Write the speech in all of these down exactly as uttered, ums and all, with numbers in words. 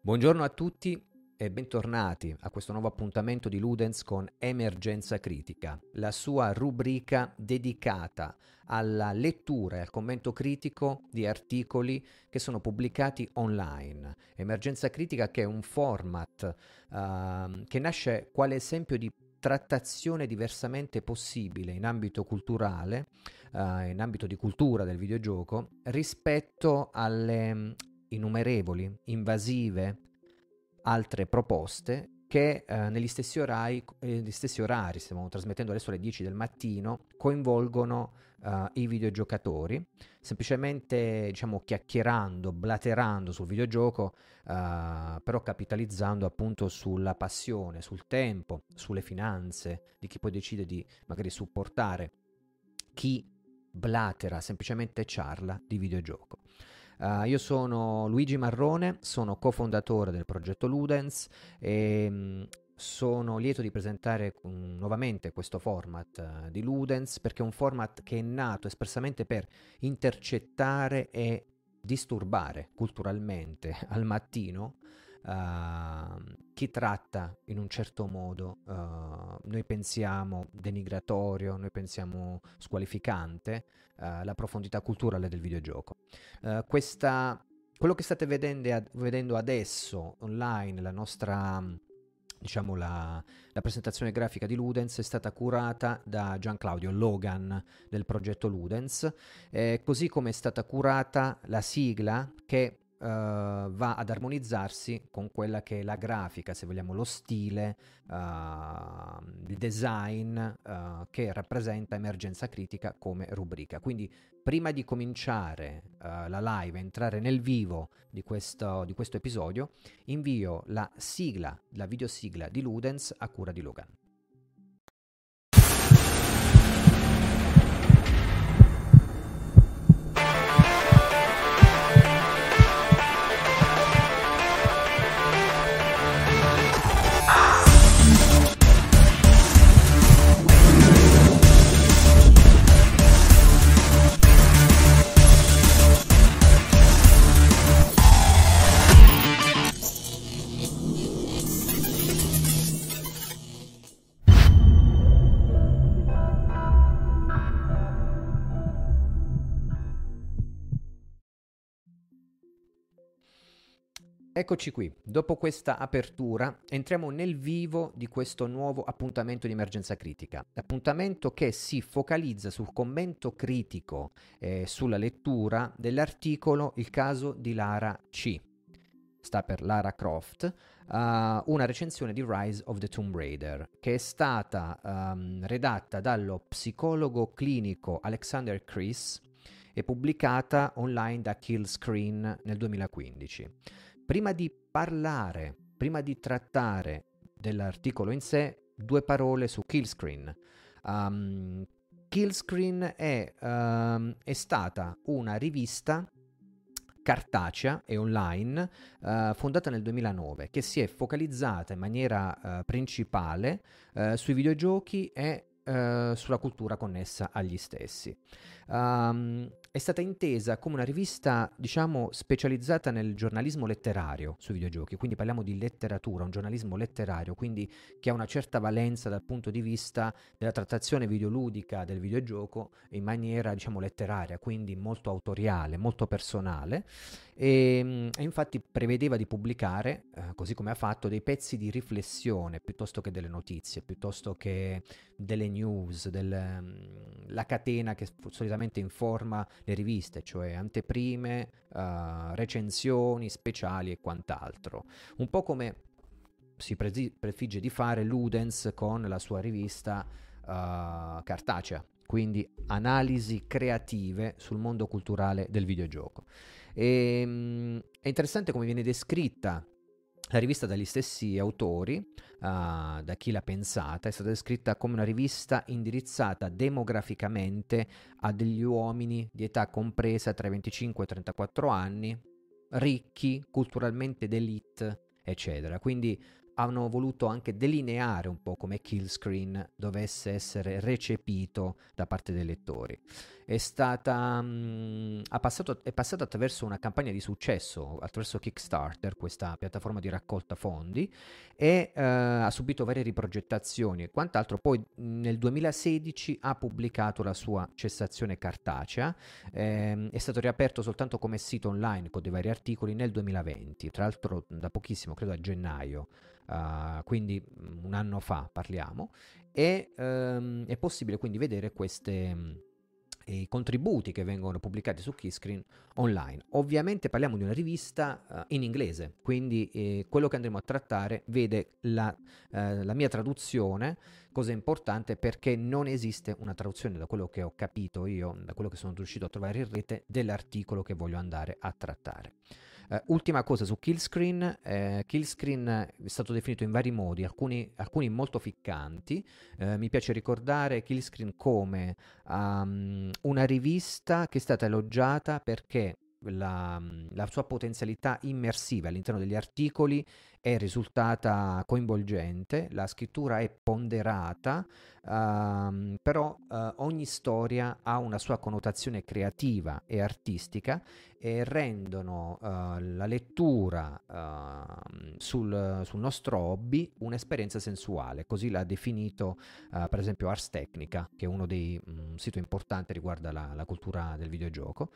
Buongiorno a tutti e bentornati a questo nuovo appuntamento di Ludens con Emergenza Critica, la sua rubrica dedicata alla lettura e al commento critico di articoli che sono pubblicati online. Emergenza Critica, che è un format uh, che nasce quale esempio di trattazione diversamente possibile in ambito culturale, uh, in ambito di cultura del videogioco, rispetto alle innumerevoli, invasive, altre proposte che eh, negli, stessi orari, eh, negli stessi orari, stiamo trasmettendo adesso alle dieci del mattino, coinvolgono eh, i videogiocatori, semplicemente diciamo chiacchierando, blaterando sul videogioco, eh, però capitalizzando appunto sulla passione, sul tempo, sulle finanze di chi poi decide di magari supportare chi blatera, semplicemente ciarla di videogioco. Uh, io sono Luigi Marrone, sono cofondatore del progetto Ludens e mh, sono lieto di presentare um, nuovamente questo format uh, di Ludens, perché è un format che è nato espressamente per intercettare e disturbare culturalmente al mattino uh, chi tratta in un certo modo, uh, noi pensiamo denigratorio, noi pensiamo squalificante, uh, la profondità culturale del videogioco. Uh, questa, quello che state vedendo, ad, vedendo adesso online, la nostra, diciamo, la, la presentazione grafica di Ludens è stata curata da Gian Claudio Logan del progetto Ludens, eh, così come è stata curata la sigla che Uh, va ad armonizzarsi con quella che è la grafica, se vogliamo, lo stile, uh, il design uh, che rappresenta Emergenza Critica come rubrica. Quindi prima di cominciare uh, la live, entrare nel vivo di questo, di questo episodio, invio la sigla, la videosigla di Ludens a cura di Logan. Eccoci qui, dopo questa apertura entriamo nel vivo di questo nuovo appuntamento di Emergenza Critica, appuntamento che si focalizza sul commento critico e sulla lettura dell'articolo Il caso di Lara C, sta per Lara Croft, uh, una recensione di Rise of the Tomb Raider, che è stata um, redatta dallo psicologo clinico Alexander Chris e pubblicata online da Killscreen nel duemilaquindici. Prima di parlare, prima di trattare dell'articolo in sé, due parole su Killscreen. Um, Killscreen è, um, è stata una rivista cartacea e online uh, fondata nel duemilanove, che si è focalizzata in maniera uh, principale uh, sui videogiochi e uh, sulla cultura connessa agli stessi. Um, è stata intesa come una rivista, diciamo, specializzata nel giornalismo letterario sui videogiochi, quindi parliamo di letteratura, un giornalismo letterario, quindi che ha una certa valenza dal punto di vista della trattazione videoludica del videogioco in maniera, diciamo, letteraria, quindi molto autoriale, molto personale, e, e infatti prevedeva di pubblicare, eh, così come ha fatto, dei pezzi di riflessione piuttosto che delle notizie, piuttosto che delle news, del, la catena che solitamente informa le riviste, cioè anteprime, uh, recensioni, speciali e quant'altro. Un po' come si pre- prefigge di fare Ludens con la sua rivista uh, cartacea, quindi analisi creative sul mondo culturale del videogioco. E, um, è interessante come viene descritta la rivista dagli stessi autori, uh, da chi l'ha pensata, è stata descritta come una rivista indirizzata demograficamente a degli uomini di età compresa tra i venticinque e i trentaquattro anni, ricchi, culturalmente d'élite, eccetera. Quindi hanno voluto anche delineare un po' come Killscreen dovesse essere recepito da parte dei lettori. È stata mh, ha passato, è passato attraverso una campagna di successo, attraverso Kickstarter, questa piattaforma di raccolta fondi, e eh, ha subito varie riprogettazioni e quant'altro. Poi nel duemilasedici ha pubblicato la sua cessazione cartacea. Ehm, è stato riaperto soltanto come sito online con dei vari articoli nel duemilaventi, tra l'altro da pochissimo, credo a gennaio, uh, quindi un anno fa parliamo, e um, è possibile quindi vedere queste... Um, i contributi che vengono pubblicati su Keyscreen online. Ovviamente parliamo di una rivista uh, in inglese, quindi eh, quello che andremo a trattare vede la, eh, la mia traduzione, cosa importante perché non esiste una traduzione, da quello che ho capito io, da quello che sono riuscito a trovare in rete, dell'articolo che voglio andare a trattare. Uh, ultima cosa su Killscreen, eh, Killscreen è stato definito in vari modi, alcuni, alcuni molto ficcanti. Uh, mi piace ricordare Killscreen come um, una rivista che è stata elogiata perché la, la sua potenzialità immersiva all'interno degli articoli è risultata coinvolgente, la scrittura è ponderata, um, però uh, ogni storia ha una sua connotazione creativa e artistica e rendono uh, la lettura uh, sul, sul nostro hobby un'esperienza sensuale, così l'ha definito uh, per esempio Ars Technica, che è uno dei um, siti importanti riguardo la, la cultura del videogioco.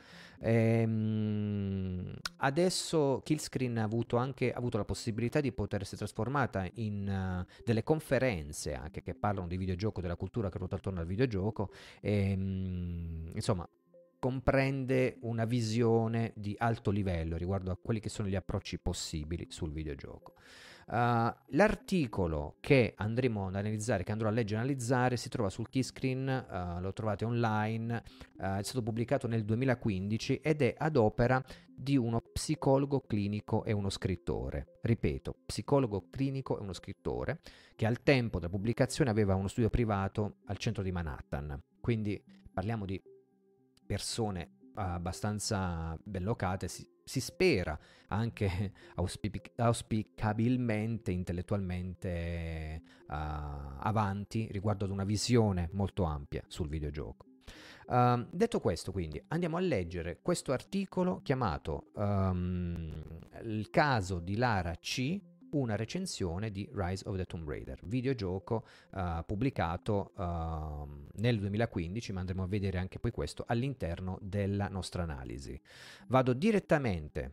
Ehm, adesso Killscreen ha avuto anche ha avuto la possibilità di poter essere trasformata in uh, delle conferenze anche che parlano di videogioco, della cultura che ruota attorno al videogioco, e, um, insomma comprende una visione di alto livello riguardo a quelli che sono gli approcci possibili sul videogioco. Uh, l'articolo che andremo ad analizzare, che andrò a leggere e analizzare, si trova sul Keyscreen, uh, lo trovate online, uh, è stato pubblicato nel duemilaquindici ed è ad opera di uno psicologo clinico e uno scrittore. Ripeto, psicologo clinico e uno scrittore, che al tempo della pubblicazione aveva uno studio privato al centro di Manhattan. Quindi parliamo di persone abbastanza ben locate, si, si spera anche auspic- auspicabilmente, intellettualmente uh, avanti riguardo ad una visione molto ampia sul videogioco. Uh, detto questo, quindi, andiamo a leggere questo articolo chiamato um, Il caso di Lara C., una recensione di Rise of the Tomb Raider, videogioco uh, pubblicato uh, nel duemilaquindici, ma andremo a vedere anche poi questo all'interno della nostra analisi. Vado direttamente,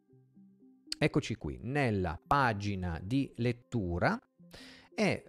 eccoci qui, nella pagina di lettura e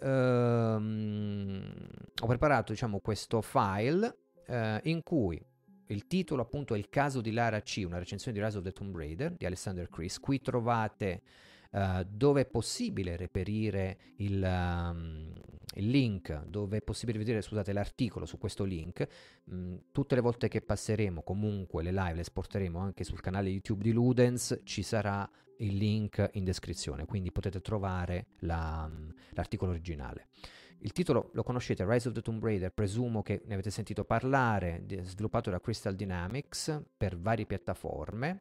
um, ho preparato, diciamo, questo file uh, in cui il titolo appunto è Il caso di Lara C., una recensione di Rise of the Tomb Raider di Alexander Chris. Qui trovate Uh, dove è possibile reperire il, um, il link, dove è possibile vedere, scusate, l'articolo su questo link. Mm, tutte le volte che passeremo, comunque le live le esporteremo anche sul canale YouTube di Ludens, ci sarà il link in descrizione, quindi potete trovare la, um, l'articolo originale. Il titolo lo conoscete, Rise of the Tomb Raider, presumo che ne avete sentito parlare, sviluppato da Crystal Dynamics per varie piattaforme.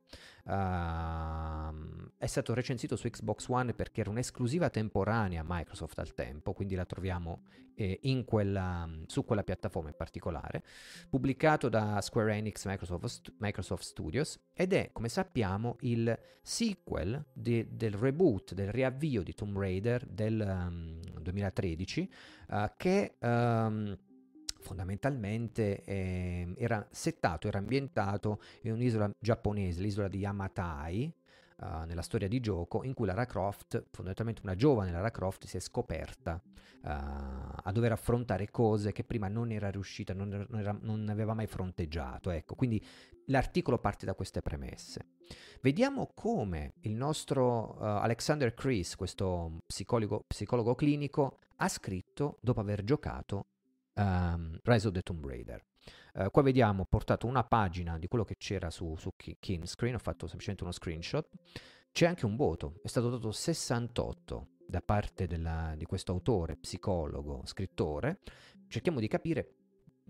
Uh, è stato recensito su Xbox One perché era un'esclusiva temporanea Microsoft al tempo, quindi la troviamo eh, in quella, su quella piattaforma in particolare, pubblicato da Square Enix Microsoft, Microsoft Studios, ed è, come sappiamo, il sequel de, del reboot, del riavvio di Tomb Raider del um, duemilatredici, uh, che um, fondamentalmente eh, era settato, era ambientato in un'isola giapponese, l'isola di Yamatai, uh, nella storia di gioco, in cui Lara Croft, fondamentalmente una giovane Lara Croft, si è scoperta uh, a dover affrontare cose che prima non era riuscita, non, era, non, era, non aveva mai fronteggiato. Ecco, quindi l'articolo parte da queste premesse. Vediamo come il nostro uh, Alexander Chris, questo psicologo, psicologo clinico, ha scritto dopo aver giocato Um, Rise of the Tomb Raider. Uh, qua vediamo, ho portato una pagina di quello che c'era su, su Keyscreen, ho fatto semplicemente uno screenshot. C'è anche un voto, è stato dato sessantotto da parte della, di questo autore, psicologo, scrittore. Cerchiamo di capire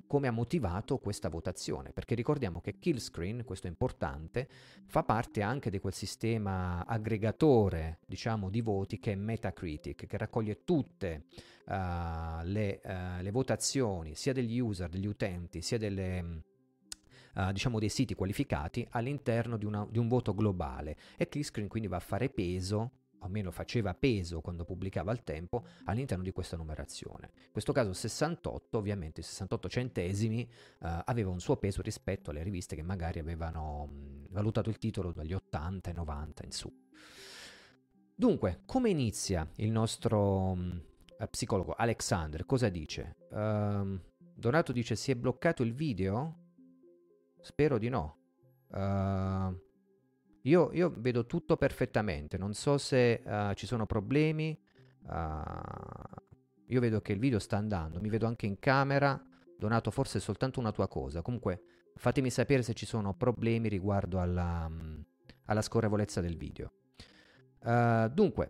come ha motivato questa votazione, perché ricordiamo che Killscreen, questo è importante, fa parte anche di quel sistema aggregatore, diciamo, di voti che è Metacritic, che raccoglie tutte uh, le, uh, le votazioni sia degli user, degli utenti, sia delle... Uh, diciamo dei siti qualificati all'interno di, una, di un voto globale, e Killscreen quindi va a fare peso, o almeno faceva peso quando pubblicava al tempo, all'interno di questa numerazione. In questo caso sessantotto, ovviamente sessantotto centesimi, uh, aveva un suo peso rispetto alle riviste che magari avevano mh, valutato il titolo dagli ottanta ai novanta in su. Dunque, come inizia il nostro mh, psicologo Alexander? Cosa dice? Uh, Donato dice: si è bloccato il video? Spero di no. Uh, io, io vedo tutto perfettamente, non so se uh, ci sono problemi. Uh, io vedo che il video sta andando, mi vedo anche in camera. Donato, forse è soltanto una tua cosa. Comunque fatemi sapere se ci sono problemi riguardo alla, um, alla scorrevolezza del video. Uh, dunque,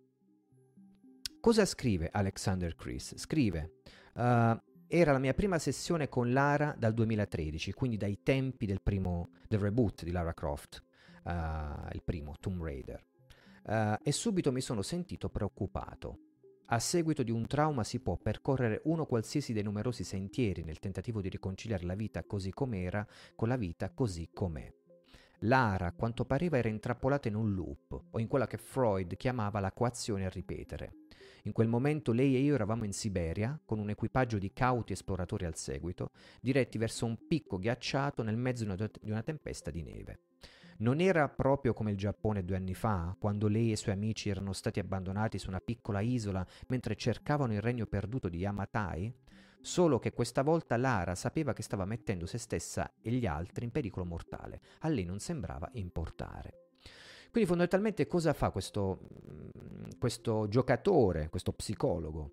cosa scrive Alexander Chris? Scrive... Uh, Era la mia prima sessione con Lara dal duemilatredici, quindi dai tempi del primo del reboot di Lara Croft, uh, il primo Tomb Raider, uh, e subito mi sono sentito preoccupato. A seguito di un trauma si può percorrere uno qualsiasi dei numerosi sentieri nel tentativo di riconciliare la vita così com'era con la vita così com'è. Lara, a quanto pareva, era intrappolata in un loop, o in quella che Freud chiamava la coazione a ripetere. In quel momento lei e io eravamo in Siberia, con un equipaggio di cauti esploratori al seguito, diretti verso un picco ghiacciato nel mezzo di una tempesta di neve. Non era proprio come il Giappone due anni fa, quando lei e i suoi amici erano stati abbandonati su una piccola isola mentre cercavano il regno perduto di Yamatai? Solo che questa volta Lara sapeva che stava mettendo se stessa e gli altri in pericolo mortale. A lei non sembrava importare. Quindi fondamentalmente cosa fa questo, questo giocatore, questo psicologo?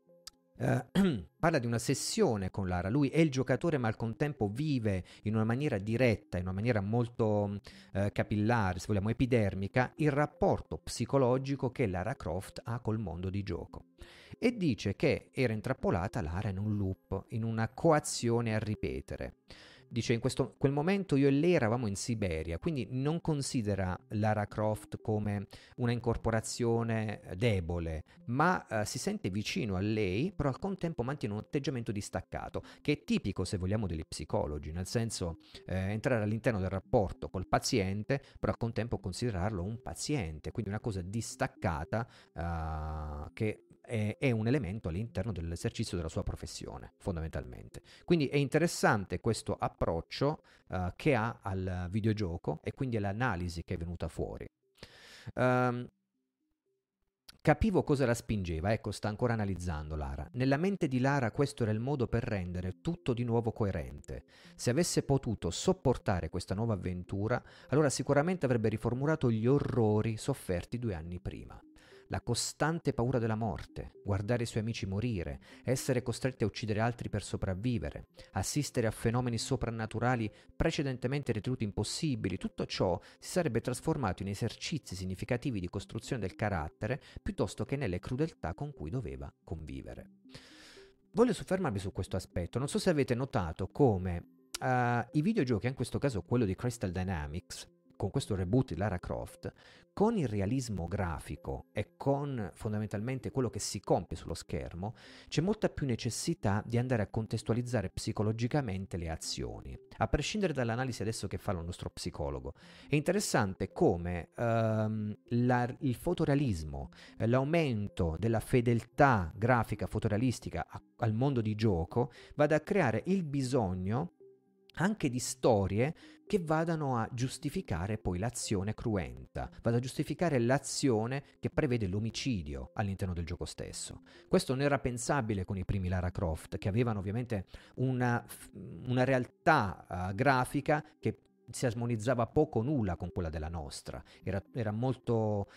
Uh, parla di una sessione con Lara. Lui è il giocatore, ma al contempo vive in una maniera diretta, in una maniera molto uh, capillare, se vogliamo, epidermica, il rapporto psicologico che Lara Croft ha col mondo di gioco. E dice che era intrappolata Lara in un loop, in una coazione a ripetere. Dice, in questo, quel momento io e lei eravamo in Siberia, quindi non considera Lara Croft come una incorporazione debole, ma eh, si sente vicino a lei, però al contempo mantiene un atteggiamento distaccato, che è tipico, se vogliamo, degli psicologi, nel senso eh, entrare all'interno del rapporto col paziente, però al contempo considerarlo un paziente, quindi una cosa distaccata eh, che è, è un elemento all'interno dell'esercizio della sua professione, fondamentalmente. Quindi è interessante questo approccio uh, che ha al videogioco e quindi all'analisi che è venuta fuori. Um, Capivo cosa la spingeva, ecco, sta ancora analizzando Lara. Nella mente di Lara questo era il modo per rendere tutto di nuovo coerente. Se avesse potuto sopportare questa nuova avventura, allora sicuramente avrebbe riformulato gli orrori sofferti due anni prima. La costante paura della morte, guardare i suoi amici morire, essere costretti a uccidere altri per sopravvivere, assistere a fenomeni soprannaturali precedentemente ritenuti impossibili, tutto ciò si sarebbe trasformato in esercizi significativi di costruzione del carattere piuttosto che nelle crudeltà con cui doveva convivere. Voglio soffermarmi su questo aspetto. Non so se avete notato come uh, i videogiochi, in questo caso quello di Crystal Dynamics, con questo reboot di Lara Croft, con il realismo grafico e con fondamentalmente quello che si compie sullo schermo, c'è molta più necessità di andare a contestualizzare psicologicamente le azioni, a prescindere dall'analisi adesso che fa lo nostro psicologo. È interessante come um, la, il fotorealismo, l'aumento della fedeltà grafica fotorealistica a, al mondo di gioco vada a creare il bisogno anche di storie che vadano a giustificare poi l'azione cruenta, vada a giustificare l'azione che prevede l'omicidio all'interno del gioco stesso. Questo non era pensabile con i primi Lara Croft, che avevano ovviamente una, una realtà uh, grafica che si armonizzava poco o nulla con quella della nostra, era, era molto uh,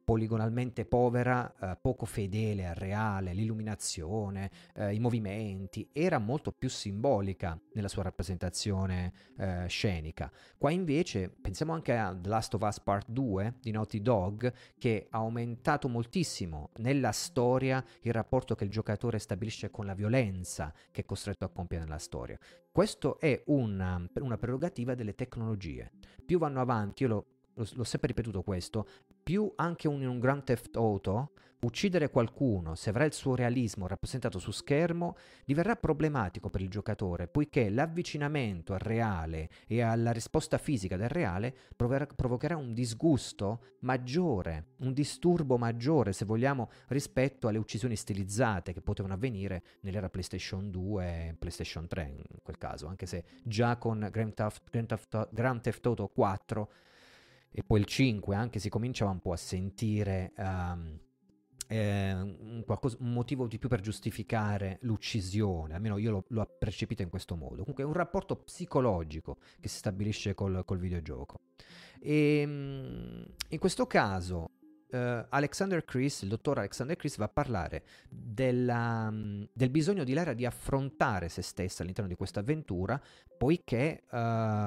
poligonalmente povera, eh, poco fedele al reale, l'illuminazione, eh, i movimenti, era molto più simbolica nella sua rappresentazione eh, scenica. Qua invece pensiamo anche a The Last of Us Part due di Naughty Dog, che ha aumentato moltissimo nella storia il rapporto che il giocatore stabilisce con la violenza che è costretto a compiere nella storia. Questo è una, una prerogativa delle tecnologie. Più vanno avanti, io lo l'ho sempre ripetuto questo, più anche un, in un Grand Theft Auto uccidere qualcuno, se avrà il suo realismo rappresentato su schermo, diverrà problematico per il giocatore, poiché l'avvicinamento al reale e alla risposta fisica del reale proverà, provocherà un disgusto maggiore, un disturbo maggiore, se vogliamo, rispetto alle uccisioni stilizzate che potevano avvenire nell'era PlayStation due e PlayStation tre in quel caso, anche se già con Grand Theft, Grand Theft, Grand Theft Auto quattro e poi il cinque anche si cominciava un po' a sentire um, eh, un, qualcosa, un motivo di più per giustificare l'uccisione, almeno io l'ho, l'ho percepito in questo modo. Comunque è un rapporto psicologico che si stabilisce col, col videogioco. E in questo caso Uh, Alexander Chris, il dottor Alexander Chris va a parlare della, del bisogno di Lara di affrontare se stessa all'interno di questa avventura, poiché uh,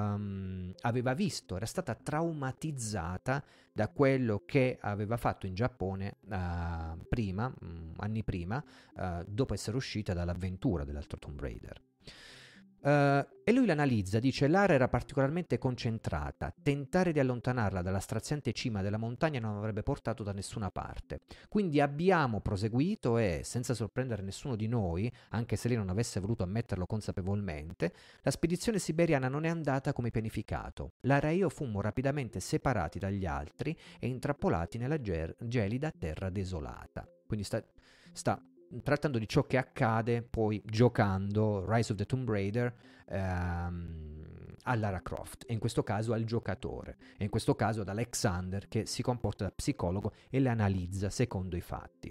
aveva visto, era stata traumatizzata da quello che aveva fatto in Giappone uh, prima, um, anni prima, uh, dopo essere uscita dall'avventura dell'altro Tomb Raider. Uh, e lui l'analizza, dice: Lara era particolarmente concentrata, tentare di allontanarla dalla straziante cima della montagna non avrebbe portato da nessuna parte. Quindi abbiamo proseguito e, senza sorprendere nessuno di noi, anche se lei non avesse voluto ammetterlo consapevolmente, la spedizione siberiana non è andata come pianificato. Lara e io fummo rapidamente separati dagli altri e intrappolati nella ger- gelida terra desolata. Quindi sta... sta trattando di ciò che accade poi giocando Rise of the Tomb Raider ehm, a Lara Croft, e in questo caso al giocatore, e in questo caso ad Alexander che si comporta da psicologo e le analizza secondo i fatti.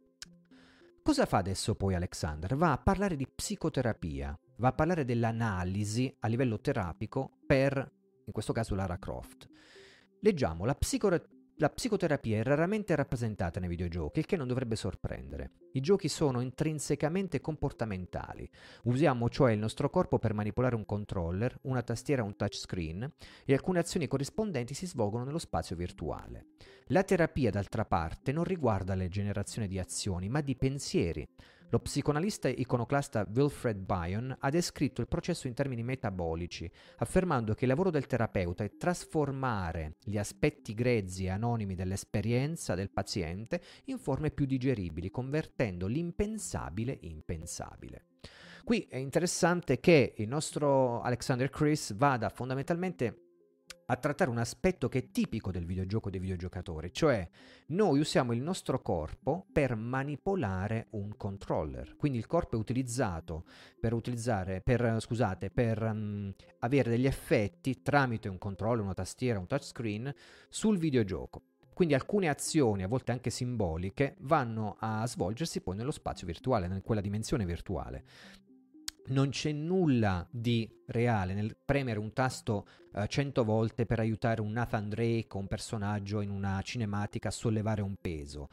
Cosa fa adesso poi Alexander? Va a parlare di psicoterapia, va a parlare dell'analisi a livello terapico per, in questo caso, Lara Croft. Leggiamo: la psicoterapia La psicoterapia è raramente rappresentata nei videogiochi, il che non dovrebbe sorprendere. I giochi sono intrinsecamente comportamentali. Usiamo cioè il nostro corpo per manipolare un controller, una tastiera o un touchscreen, e alcune azioni corrispondenti si svolgono nello spazio virtuale. La terapia, d'altra parte, non riguarda la generazione di azioni, ma di pensieri. Lo psicoanalista iconoclasta Wilfred Bion ha descritto il processo in termini metabolici, affermando che il lavoro del terapeuta è trasformare gli aspetti grezzi e anonimi dell'esperienza del paziente in forme più digeribili, convertendo l'impensabile in pensabile. Qui è interessante che il nostro Alexander Chris vada fondamentalmente a trattare un aspetto che è tipico del videogioco e dei videogiocatori, cioè noi usiamo il nostro corpo per manipolare un controller, quindi il corpo è utilizzato per utilizzare, per, scusate, per um, avere degli effetti tramite un controller, una tastiera, un touchscreen sul videogioco. Quindi alcune azioni, a volte anche simboliche, vanno a svolgersi poi nello spazio virtuale, in quella dimensione virtuale. Non c'è nulla di reale nel premere un tasto uh, cento volte per aiutare un Nathan Drake o un personaggio in una cinematica a sollevare un peso.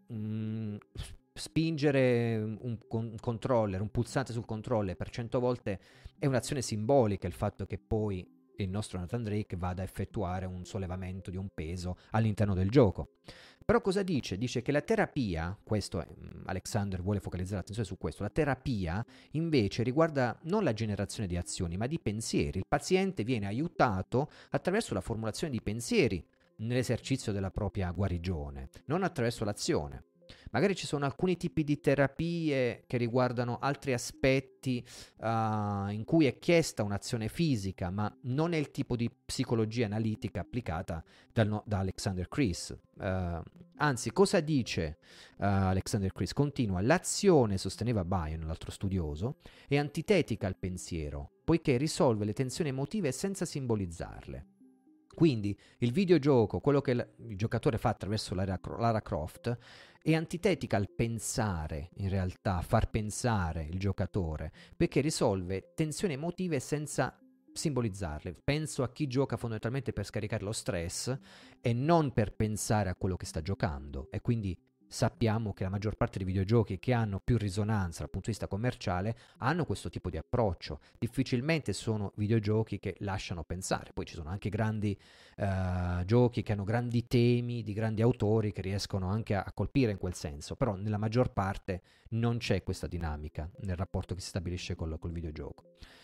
Mm, spingere un, un controller, un pulsante sul controller per cento volte è un'azione simbolica, il fatto che poi il nostro Nathan Drake vada a effettuare un sollevamento di un peso all'interno del gioco. Però cosa dice? Dice che la terapia, questo è, Alexander vuole focalizzare l'attenzione su questo, la terapia invece riguarda non la generazione di azioni, ma di pensieri. Il paziente viene aiutato attraverso la formulazione di pensieri nell'esercizio della propria guarigione, non attraverso l'azione. Magari ci sono alcuni tipi di terapie che riguardano altri aspetti uh, in cui è chiesta un'azione fisica, ma non è il tipo di psicologia analitica applicata dal no, da Alexander Chris. Uh, anzi, cosa dice uh, Alexander Chris? Continua: l'azione, sosteneva Bion, l'altro studioso, è antitetica al pensiero, poiché risolve le tensioni emotive senza simbolizzarle. Quindi il videogioco, quello che il giocatore fa attraverso Lara, Lara Croft, è antitetica al pensare, in realtà, far pensare il giocatore, perché risolve tensioni emotive senza simbolizzarle. Penso a chi gioca fondamentalmente per scaricare lo stress e non per pensare a quello che sta giocando, e quindi sappiamo che la maggior parte dei videogiochi che hanno più risonanza dal punto di vista commerciale hanno questo tipo di approccio. Difficilmente sono videogiochi che lasciano pensare. Poi ci sono anche grandi uh, giochi che hanno grandi temi di grandi autori che riescono anche a, a colpire in quel senso, però nella maggior parte non c'è questa dinamica nel rapporto che si stabilisce col, col videogioco.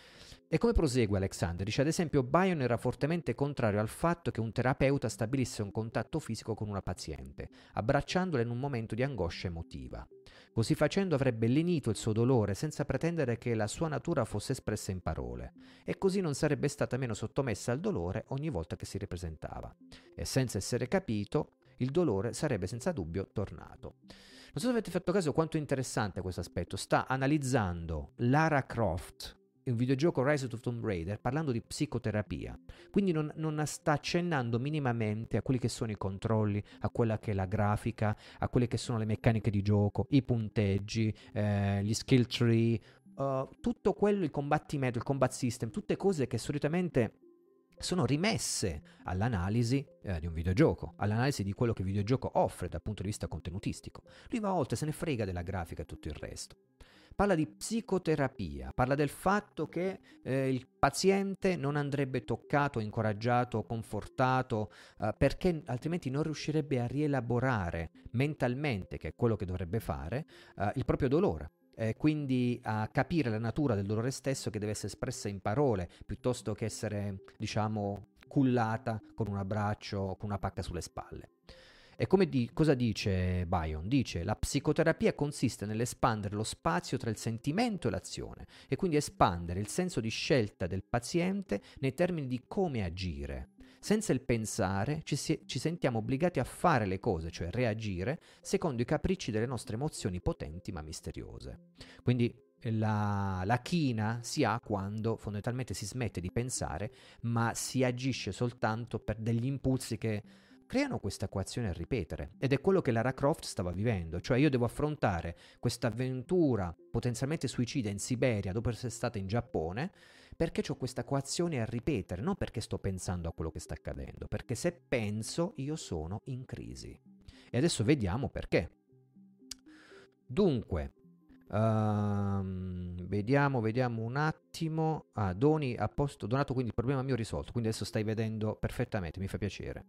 E come prosegue Alexander? Dice ad esempio Bion era fortemente contrario al fatto che un terapeuta stabilisse un contatto fisico con una paziente, abbracciandola in un momento di angoscia emotiva. Così facendo avrebbe lenito il suo dolore senza pretendere che la sua natura fosse espressa in parole, e così non sarebbe stata meno sottomessa al dolore ogni volta che si ripresentava. E senza essere capito, il dolore sarebbe senza dubbio tornato. Non so se avete fatto caso quanto è interessante questo aspetto. Sta analizzando Lara Croft, un videogioco Rise of Tomb Raider, parlando di psicoterapia. Quindi non, non sta accennando minimamente a quelli che sono i controlli, a quella che è la grafica, a quelle che sono le meccaniche di gioco, i punteggi, eh, gli skill tree, uh, tutto quello, il combattimento, il combat system, tutte cose che solitamente sono rimesse all'analisi eh, di un videogioco, all'analisi di quello che il videogioco offre dal punto di vista contenutistico. Lui va oltre, se ne frega della grafica e tutto il resto. Parla di psicoterapia, parla del fatto che eh, il paziente non andrebbe toccato, incoraggiato, confortato, eh, perché altrimenti non riuscirebbe a rielaborare mentalmente, che è quello che dovrebbe fare, eh, il proprio dolore. Eh, quindi a capire la natura del dolore stesso, che deve essere espressa in parole piuttosto che essere, diciamo, cullata con un abbraccio o con una pacca sulle spalle. E come di, cosa dice Bion? Dice: la psicoterapia consiste nell'espandere lo spazio tra il sentimento e l'azione, e quindi espandere il senso di scelta del paziente nei termini di come agire. Senza il pensare ci, si, ci sentiamo obbligati a fare le cose, cioè reagire, secondo i capricci delle nostre emozioni potenti ma misteriose. Quindi la, la china si ha quando fondamentalmente si smette di pensare, ma si agisce soltanto per degli impulsi che creano questa equazione a ripetere, ed è quello che Lara Croft stava vivendo. Cioè io devo affrontare questa avventura potenzialmente suicida in Siberia dopo essere stata in Giappone, perché ho questa equazione a ripetere, non perché sto pensando a quello che sta accadendo, perché se penso io sono in crisi. E adesso vediamo perché. Dunque, um, vediamo, vediamo un attimo. Ah, doni a posto, donato, quindi il problema mio risolto, quindi adesso stai vedendo perfettamente, mi fa piacere.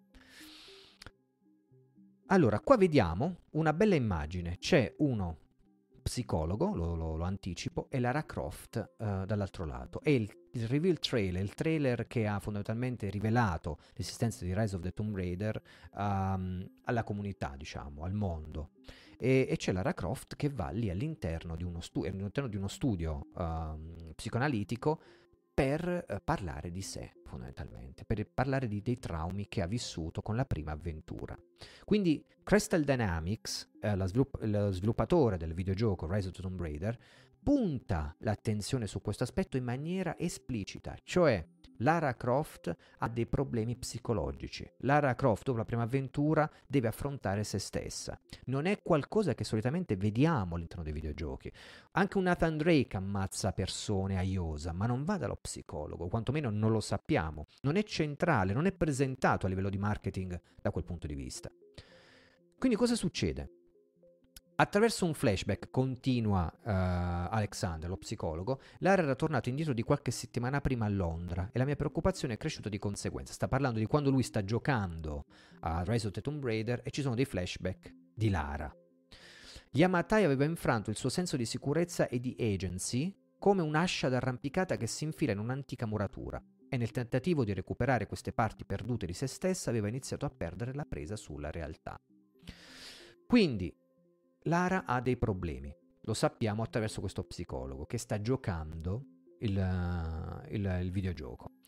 Allora, qua vediamo una bella immagine. C'è uno psicologo, lo, lo, lo anticipo, e Lara Croft uh, dall'altro lato. E il, il reveal trailer, il trailer che ha fondamentalmente rivelato l'esistenza di Rise of the Tomb Raider um, alla comunità, diciamo, al mondo. E, e c'è Lara Croft che va lì all'interno di uno, stu- all'interno di uno studio um, psicoanalitico per uh, parlare di sé, fondamentalmente, per parlare di, dei traumi che ha vissuto con la prima avventura. Quindi Crystal Dynamics, eh, la svilupp- lo sviluppatore del videogioco Rise of the Tomb Raider, punta l'attenzione su questo aspetto in maniera esplicita, cioè Lara Croft ha dei problemi psicologici. Lara Croft, dopo la prima avventura, deve affrontare se stessa. Non è qualcosa che solitamente vediamo all'interno dei videogiochi. Anche un Nathan Drake ammazza persone a iosa, ma non va dallo psicologo, quantomeno non lo sappiamo. Non è centrale, non è presentato a livello di marketing da quel punto di vista. Quindi cosa succede? Attraverso un flashback, continua uh, Alexander, lo psicologo, Lara era tornato indietro di qualche settimana prima a Londra e la mia preoccupazione è cresciuta di conseguenza. Sta parlando di quando lui sta giocando a Rise of the Tomb Raider e ci sono dei flashback di Lara. Yamatai aveva infranto il suo senso di sicurezza e di agency come un'ascia d'arrampicata che si infila in un'antica muratura, e nel tentativo di recuperare queste parti perdute di se stessa aveva iniziato a perdere la presa sulla realtà. Quindi Lara ha dei problemi, lo sappiamo attraverso questo psicologo che sta giocando il, il, il videogioco.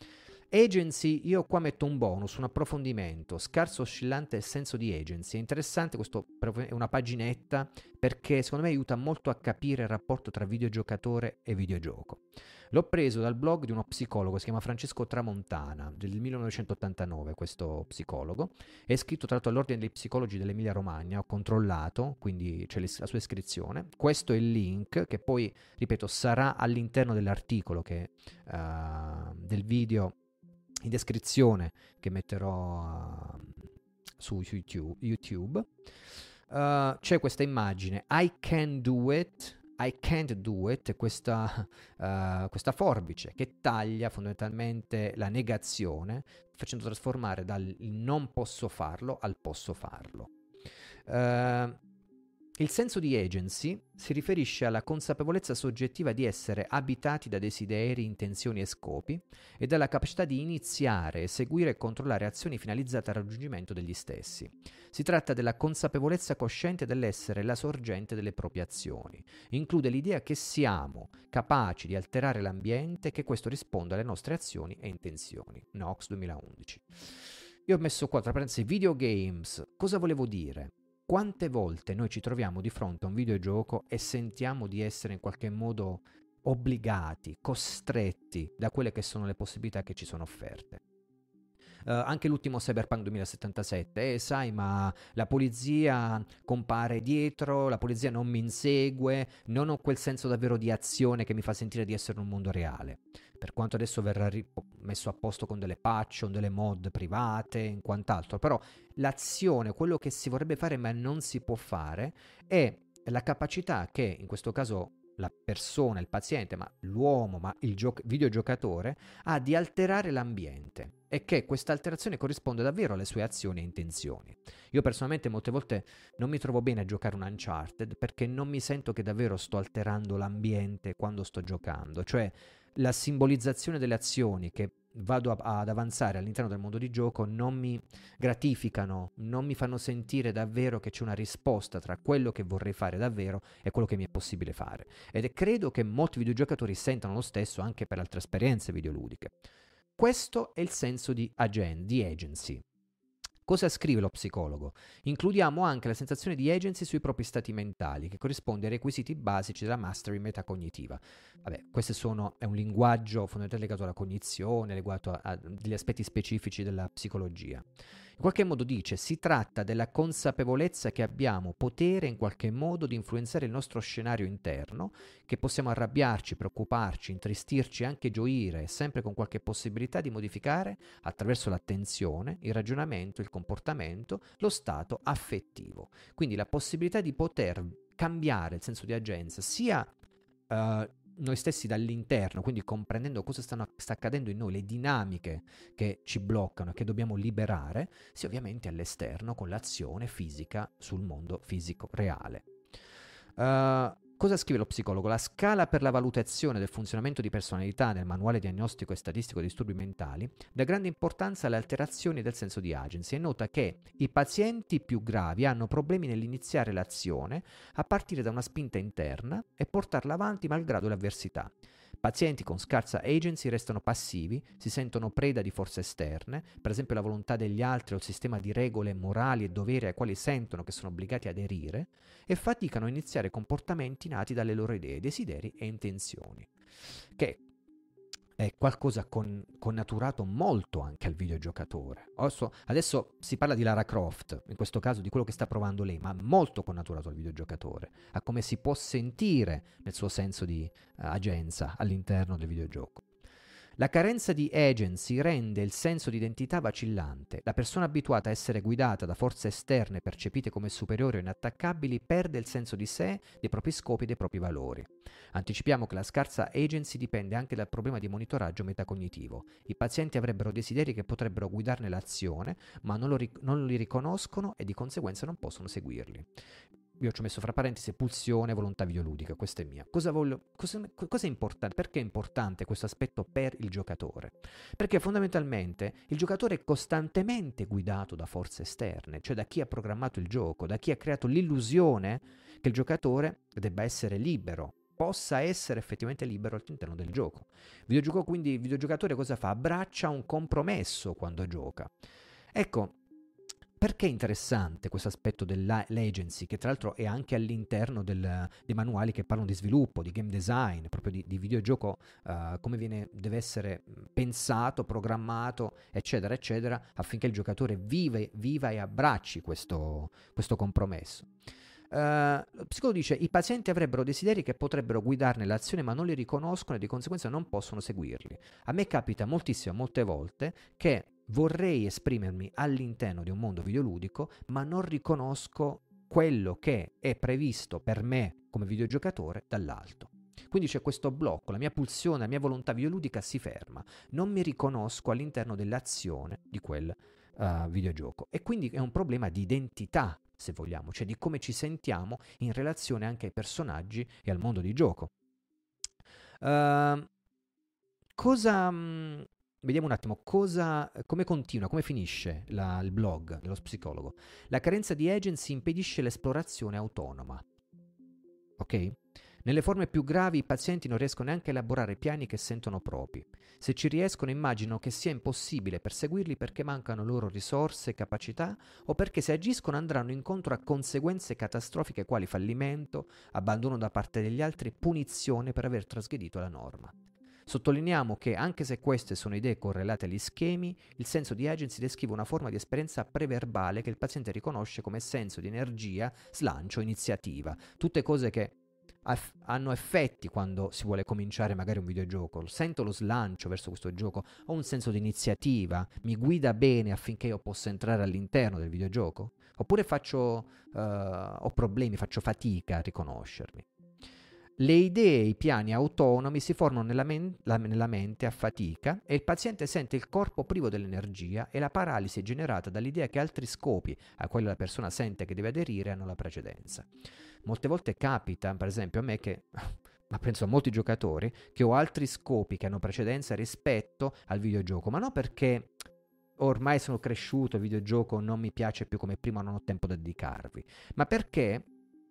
Agency, io qua metto un bonus, un approfondimento, scarso oscillante senso di agency. È interessante, questo è una paginetta perché secondo me aiuta molto a capire il rapporto tra videogiocatore e videogioco. L'ho preso dal blog di uno psicologo, si chiama Francesco Tramontana, del millenovecentottantanove, questo psicologo. È iscritto tra l'altro all'Ordine dei Psicologi dell'Emilia Romagna, ho controllato, quindi c'è la sua iscrizione. Questo è il link che poi, ripeto, sarà all'interno dell'articolo che, uh, del video in descrizione che metterò uh, su YouTube. YouTube. Uh, c'è questa immagine, I can do it, I can't do it, questa, uh, questa forbice che taglia fondamentalmente la negazione, facendo trasformare dal non posso farlo al posso farlo. Uh, Il senso di agency si riferisce alla consapevolezza soggettiva di essere abitati da desideri, intenzioni e scopi e dalla capacità di iniziare, eseguire e controllare azioni finalizzate al raggiungimento degli stessi. Si tratta della consapevolezza cosciente dell'essere la sorgente delle proprie azioni. Include l'idea che siamo capaci di alterare l'ambiente e che questo risponda alle nostre azioni e intenzioni. Knox duemilaundici. Io ho messo qua tra parentesi videogames. Cosa volevo dire? Quante volte noi ci troviamo di fronte a un videogioco e sentiamo di essere in qualche modo obbligati, costretti da quelle che sono le possibilità che ci sono offerte? Uh, anche l'ultimo Cyberpunk duemilasettantasette, eh, sai, ma la polizia compare dietro, la polizia non mi insegue, non ho quel senso davvero di azione che mi fa sentire di essere in un mondo reale. Per quanto adesso verrà ri- messo a posto con delle patch o delle mod private e quant'altro, però l'azione, quello che si vorrebbe fare ma non si può fare, è la capacità che in questo caso la persona, il paziente, ma l'uomo, ma il gio- videogiocatore ha di alterare l'ambiente e che questa alterazione corrisponde davvero alle sue azioni e intenzioni. Io personalmente molte volte non mi trovo bene a giocare un Uncharted perché non mi sento che davvero sto alterando l'ambiente quando sto giocando, cioè la simbolizzazione delle azioni che vado a, ad avanzare all'interno del mondo di gioco non mi gratificano, non mi fanno sentire davvero che c'è una risposta tra quello che vorrei fare davvero e quello che mi è possibile fare. Ed credo che molti videogiocatori sentano lo stesso anche per altre esperienze videoludiche. Questo è il senso di, agen- di agency. Cosa scrive lo psicologo? Includiamo anche la sensazione di agency sui propri stati mentali, che corrisponde ai requisiti basici della mastery metacognitiva. Vabbè, questo sono, è un linguaggio fondamentalmente legato alla cognizione, legato a, a degli aspetti specifici della psicologia. In qualche modo dice, si tratta della consapevolezza che abbiamo potere in qualche modo di influenzare il nostro scenario interno, che possiamo arrabbiarci, preoccuparci, intristirci, anche gioire, sempre con qualche possibilità di modificare attraverso l'attenzione, il ragionamento, il comportamento, lo stato affettivo. Quindi la possibilità di poter cambiare il senso di agenza sia uh, noi stessi dall'interno, quindi comprendendo cosa stanno, sta accadendo in noi, le dinamiche che ci bloccano e che dobbiamo liberare, sia ovviamente all'esterno con l'azione fisica sul mondo fisico reale. Uh, Cosa scrive lo psicologo? La scala per la valutazione del funzionamento di personalità nel manuale diagnostico e statistico dei disturbi mentali dà grande importanza alle alterazioni del senso di agency e nota che i pazienti più gravi hanno problemi nell'iniziare l'azione a partire da una spinta interna e portarla avanti malgrado le avversità. Pazienti con scarsa agency restano passivi, si sentono preda di forze esterne, per esempio la volontà degli altri o il sistema di regole morali e doveri ai quali sentono che sono obbligati ad aderire, e faticano a iniziare comportamenti nati dalle loro idee, desideri e intenzioni, che è qualcosa con, connaturato molto anche al videogiocatore. Adesso, adesso si parla di Lara Croft, in questo caso di quello che sta provando lei, ma molto connaturato al videogiocatore, a come si può sentire nel suo senso di uh, agenza all'interno del videogioco. La carenza di agency rende il senso di identità vacillante. La persona abituata a essere guidata da forze esterne percepite come superiori o inattaccabili perde il senso di sé, dei propri scopi e dei propri valori. Anticipiamo che la scarsa agency dipende anche dal problema di monitoraggio metacognitivo. I pazienti avrebbero desideri che potrebbero guidarne l'azione, ma non, lo ric- non li riconoscono e di conseguenza non possono seguirli. Io ci ho messo fra parentesi pulsione, volontà videoludica, questa è mia. Cosa voglio, cosa, cosa è importante? Perché è importante questo aspetto per il giocatore? Perché fondamentalmente il giocatore è costantemente guidato da forze esterne, cioè da chi ha programmato il gioco, da chi ha creato l'illusione che il giocatore debba essere libero possa essere effettivamente libero all'interno del gioco. Il videogioco, quindi il videogiocatore cosa fa? Abbraccia un compromesso quando gioca. Ecco, perché è interessante questo aspetto dell'agency, che tra l'altro è anche all'interno del, dei manuali che parlano di sviluppo, di game design, proprio di, di videogioco, uh, come viene, deve essere pensato, programmato, eccetera, eccetera, affinché il giocatore vive, viva e abbracci questo, questo compromesso. Uh, lo psicologo dice: i pazienti avrebbero desideri che potrebbero guidarne l'azione, ma non li riconoscono e di conseguenza non possono seguirli. A me capita moltissimo, molte volte, che vorrei esprimermi all'interno di un mondo videoludico, ma non riconosco quello che è previsto per me come videogiocatore dall'alto. Quindi c'è questo blocco, la mia pulsione, la mia volontà videoludica si ferma, non mi riconosco all'interno dell'azione di quel uh, videogioco. E quindi è un problema di identità, se vogliamo, cioè di come ci sentiamo in relazione anche ai personaggi e al mondo di gioco. Uh, cosa... Mh, Vediamo un attimo cosa, come continua, come finisce la, il blog dello psicologo. La carenza di agency impedisce l'esplorazione autonoma. Ok? Nelle forme più gravi i pazienti non riescono neanche a elaborare piani che sentono propri. Se ci riescono immagino che sia impossibile perseguirli perché mancano loro risorse e capacità o perché se agiscono andranno incontro a conseguenze catastrofiche quali fallimento, abbandono da parte degli altri e punizione per aver trasgredito la norma. Sottolineiamo che, anche se queste sono idee correlate agli schemi, il senso di agency descrive una forma di esperienza preverbale che il paziente riconosce come senso di energia, slancio, iniziativa. Tutte cose che aff- hanno effetti quando si vuole cominciare magari un videogioco. Sento lo slancio verso questo gioco, ho un senso di iniziativa, mi guida bene affinché io possa entrare all'interno del videogioco? Oppure faccio, uh, ho problemi, faccio fatica a riconoscermi. Le idee e i piani autonomi si formano nella, men- la- nella mente a fatica e il paziente sente il corpo privo dell'energia e la paralisi è generata dall'idea che altri scopi a cui la persona sente che deve aderire hanno la precedenza. Molte volte capita, per esempio a me che, ma penso a molti giocatori, che ho altri scopi che hanno precedenza rispetto al videogioco, ma non perché ormai sono cresciuto, il videogioco non mi piace più come prima, non ho tempo da dedicarvi, ma perché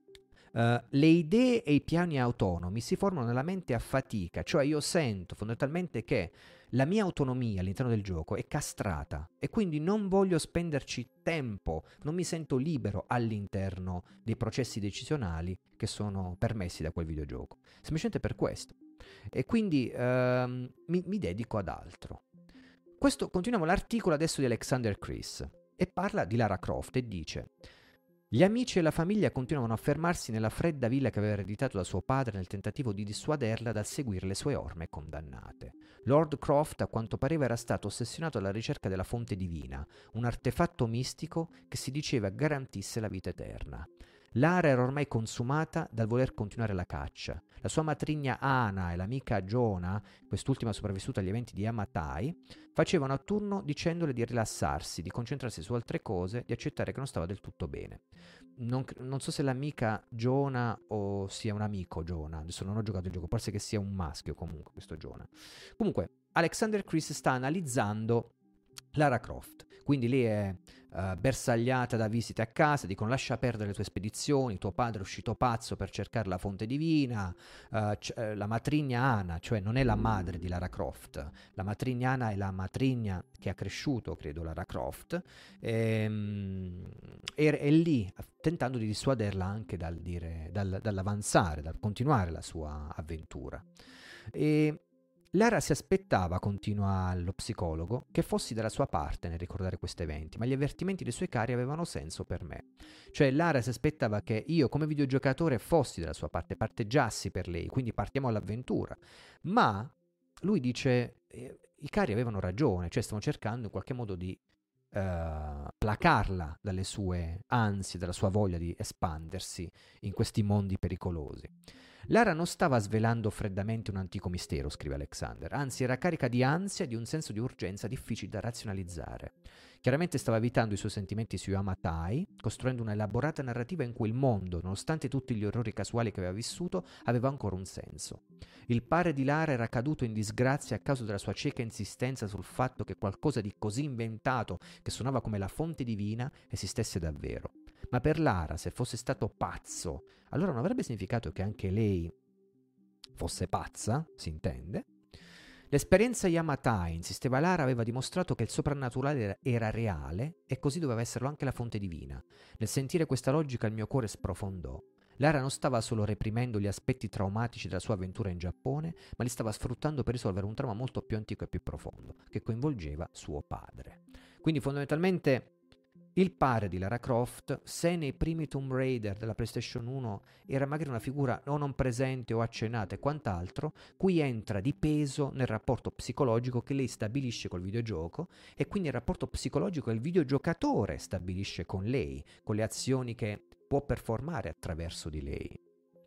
Uh, le idee e i piani autonomi si formano nella mente a fatica, cioè io sento fondamentalmente che la mia autonomia all'interno del gioco è castrata e quindi non voglio spenderci tempo, non mi sento libero all'interno dei processi decisionali che sono permessi da quel videogioco, semplicemente per questo. E quindi uh, mi, mi dedico ad altro. Questo, continuiamo l'articolo adesso di Alexander Chris e parla di Lara Croft e dice: gli amici e la famiglia continuavano a fermarsi nella fredda villa che aveva ereditato da suo padre nel tentativo di dissuaderla dal seguire le sue orme condannate. Lord Croft a quanto pareva era stato ossessionato alla ricerca della fonte divina, un artefatto mistico che si diceva garantisse la vita eterna. Lara era ormai consumata dal voler continuare la caccia. La sua matrigna Ana e l'amica Giona, quest'ultima sopravvissuta agli eventi di Yamatai, facevano a turno dicendole di rilassarsi, di concentrarsi su altre cose, di accettare che non stava del tutto bene. Non, non so se l'amica Giona o sia un amico Giona, adesso non ho giocato il gioco, forse che sia un maschio comunque questo Giona. Comunque, Alexander Chris sta analizzando Lara Croft, quindi lei è uh, bersagliata da visite a casa, dicono lascia perdere le tue spedizioni, tuo padre è uscito pazzo per cercare la fonte divina, uh, c- uh, la matrigna Ana, cioè non è la madre di Lara Croft, la matrigna Ana è la matrigna che ha cresciuto, credo, Lara Croft, e, um, è, è lì tentando di dissuaderla anche dal dire, dal, dall'avanzare, dal continuare la sua avventura. E Lara si aspettava, continua lo psicologo, che fossi dalla sua parte nel ricordare questi eventi, ma gli avvertimenti dei suoi cari avevano senso per me. Cioè Lara si aspettava che io come videogiocatore fossi dalla sua parte, parteggiassi per lei, quindi partiamo all'avventura. Ma lui dice, eh, i cari avevano ragione, cioè stavano cercando in qualche modo di Uh, placarla dalle sue ansie, dalla sua voglia di espandersi in questi mondi pericolosi. Lara non stava svelando freddamente un antico mistero, scrive Alexander, anzi era carica di ansia e di un senso di urgenza difficile da razionalizzare. Chiaramente stava evitando i suoi sentimenti sui Yamatai, costruendo una elaborata narrativa in cui il mondo, nonostante tutti gli orrori casuali che aveva vissuto, aveva ancora un senso. Il padre di Lara era caduto in disgrazia a causa della sua cieca insistenza sul fatto che qualcosa di così inventato, che suonava come la fonte divina, esistesse davvero. Ma per Lara, se fosse stato pazzo, allora non avrebbe significato che anche lei fosse pazza, si intende. L'esperienza Yamatai, insisteva Lara, aveva dimostrato che il soprannaturale era, era reale e così doveva esserlo anche la fonte divina. Nel sentire questa logica il mio cuore sprofondò. Lara non stava solo reprimendo gli aspetti traumatici della sua avventura in Giappone, ma li stava sfruttando per risolvere un trauma molto più antico e più profondo, che coinvolgeva suo padre. Quindi fondamentalmente il padre di Lara Croft, se nei primi Tomb Raider della PlayStation uno era magari una figura o non presente o accennata e quant'altro, qui entra di peso nel rapporto psicologico che lei stabilisce col videogioco e quindi il rapporto psicologico che il videogiocatore stabilisce con lei, con le azioni che può performare attraverso di lei.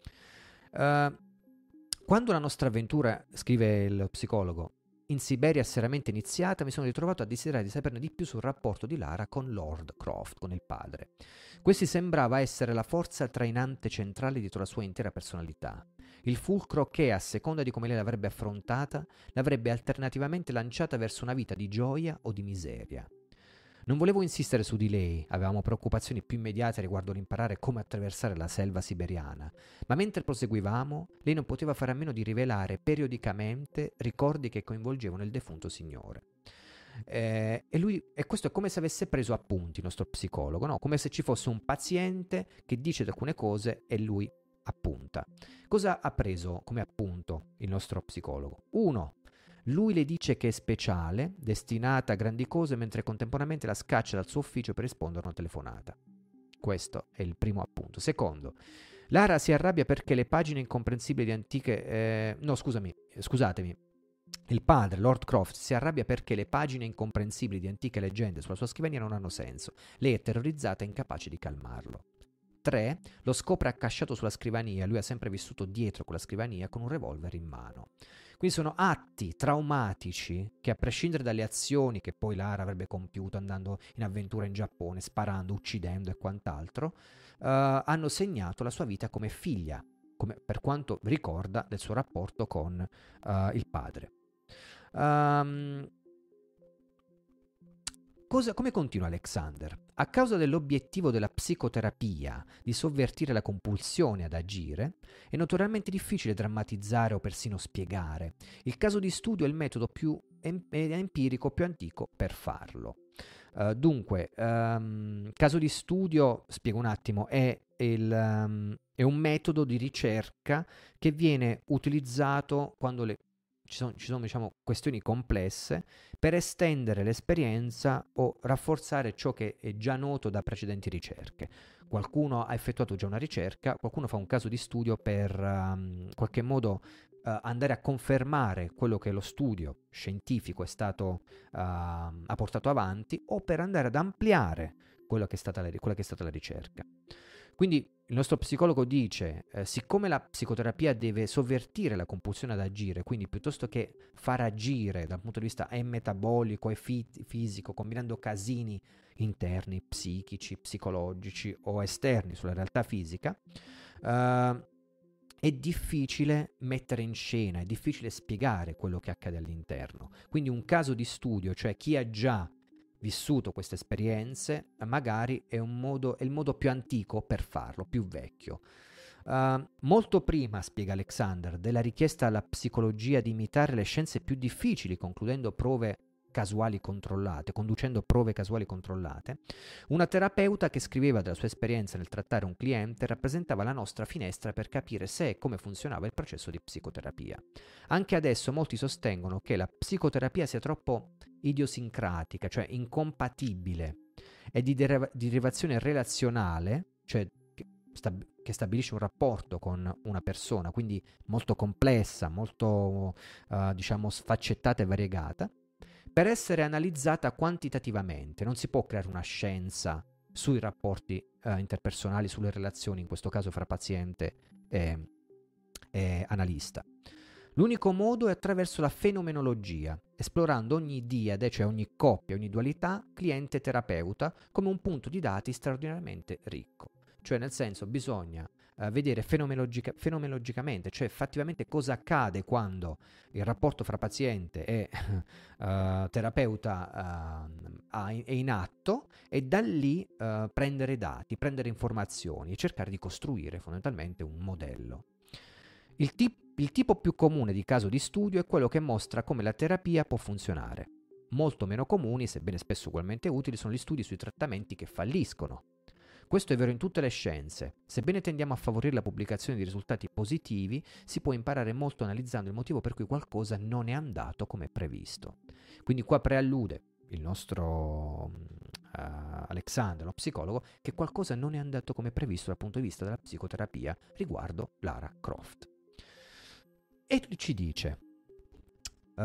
Uh, quando la nostra avventura, scrive il psicologo, in Siberia seriamente iniziata, mi sono ritrovato a desiderare di saperne di più sul rapporto di Lara con Lord Croft, con il padre. Questi sembrava essere la forza trainante centrale dietro la sua intera personalità, il fulcro che, a seconda di come lei l'avrebbe affrontata, l'avrebbe alternativamente lanciata verso una vita di gioia o di miseria. Non volevo insistere su di lei, avevamo preoccupazioni più immediate riguardo l'imparare come attraversare la selva siberiana, ma mentre proseguivamo, lei non poteva fare a meno di rivelare periodicamente ricordi che coinvolgevano il defunto signore. Eh, e, lui, e questo è come se avesse preso appunti il nostro psicologo, no? Come se ci fosse un paziente che dice alcune cose e lui appunta. Cosa ha preso come appunto il nostro psicologo? Uno, lui le dice che è speciale, destinata a grandi cose, mentre contemporaneamente la scaccia dal suo ufficio per rispondere a una telefonata. Questo è il primo appunto. Secondo, Lara si arrabbia perché le pagine incomprensibili di antiche... Eh, no, scusami, scusatemi. Il padre, Lord Croft, si arrabbia perché le pagine incomprensibili di antiche leggende sulla sua scrivania non hanno senso. Lei è terrorizzata e incapace di calmarlo. tre. Lo scopre accasciato sulla scrivania. Lui ha sempre vissuto dietro quella scrivania con un revolver in mano. Quindi sono atti traumatici che, a prescindere dalle azioni che poi Lara avrebbe compiuto andando in avventura in Giappone, sparando, uccidendo e quant'altro, uh, hanno segnato la sua vita come figlia, come, per quanto ricorda del suo rapporto con uh, il padre. Um, Cosa, come continua Alexander? A causa dell'obiettivo della psicoterapia di sovvertire la compulsione ad agire, è notoriamente difficile drammatizzare o persino spiegare. Il caso di studio è il metodo più em- empirico, più antico per farlo. Uh, dunque, um, caso di studio, spiego un attimo, è, il, um, è un metodo di ricerca che viene utilizzato quando le Ci sono, ci sono diciamo, questioni complesse per estendere l'esperienza o rafforzare ciò che è già noto da precedenti ricerche. Qualcuno ha effettuato già una ricerca, qualcuno fa un caso di studio per um, in qualche modo uh, andare a confermare quello che lo studio scientifico è stato, uh, ha portato avanti o per andare ad ampliare quello che è stata la, quella che è stata la ricerca. Quindi il nostro psicologo dice, eh, siccome la psicoterapia deve sovvertire la compulsione ad agire, quindi piuttosto che far agire dal punto di vista e metabolico e fi- fisico, combinando casini interni, psichici, psicologici o esterni sulla realtà fisica, eh, è difficile mettere in scena, è difficile spiegare quello che accade all'interno. Quindi un caso di studio, cioè chi ha già vissuto queste esperienze, magari è, un modo, è il modo più antico per farlo, più vecchio. Uh, molto prima, spiega Alexander, della richiesta alla psicologia di imitare le scienze più difficili, concludendo prove casuali controllate, conducendo prove casuali controllate, una terapeuta che scriveva della sua esperienza nel trattare un cliente rappresentava la nostra finestra per capire se e come funzionava il processo di psicoterapia. Anche adesso molti sostengono che la psicoterapia sia troppo idiosincratica, cioè incompatibile, e di, deriva- di derivazione relazionale, cioè che, stab- che stabilisce un rapporto con una persona, quindi molto complessa, molto uh, diciamo sfaccettata e variegata, per essere analizzata quantitativamente. Non si può creare una scienza sui rapporti uh, interpersonali, sulle relazioni, in questo caso fra paziente e, e analista. L'unico modo è attraverso la fenomenologia, esplorando ogni diade, cioè ogni coppia, ogni dualità, cliente-terapeuta, come un punto di dati straordinariamente ricco. Cioè, nel senso, bisogna uh, vedere fenomenologica- fenomenologicamente, cioè effettivamente cosa accade quando il rapporto fra paziente e uh, terapeuta uh, è in atto, e da lì uh, prendere dati, prendere informazioni e cercare di costruire fondamentalmente un modello. Il, tip- il tipo più comune di caso di studio è quello che mostra come la terapia può funzionare. Molto meno comuni, sebbene spesso ugualmente utili, sono gli studi sui trattamenti che falliscono. Questo è vero in tutte le scienze. Sebbene tendiamo a favorire la pubblicazione di risultati positivi, si può imparare molto analizzando il motivo per cui qualcosa non è andato come previsto. Quindi qua preallude il nostro uh, Alexander, lo psicologo, che qualcosa non è andato come previsto dal punto di vista della psicoterapia riguardo Lara Croft. E ci dice, uh,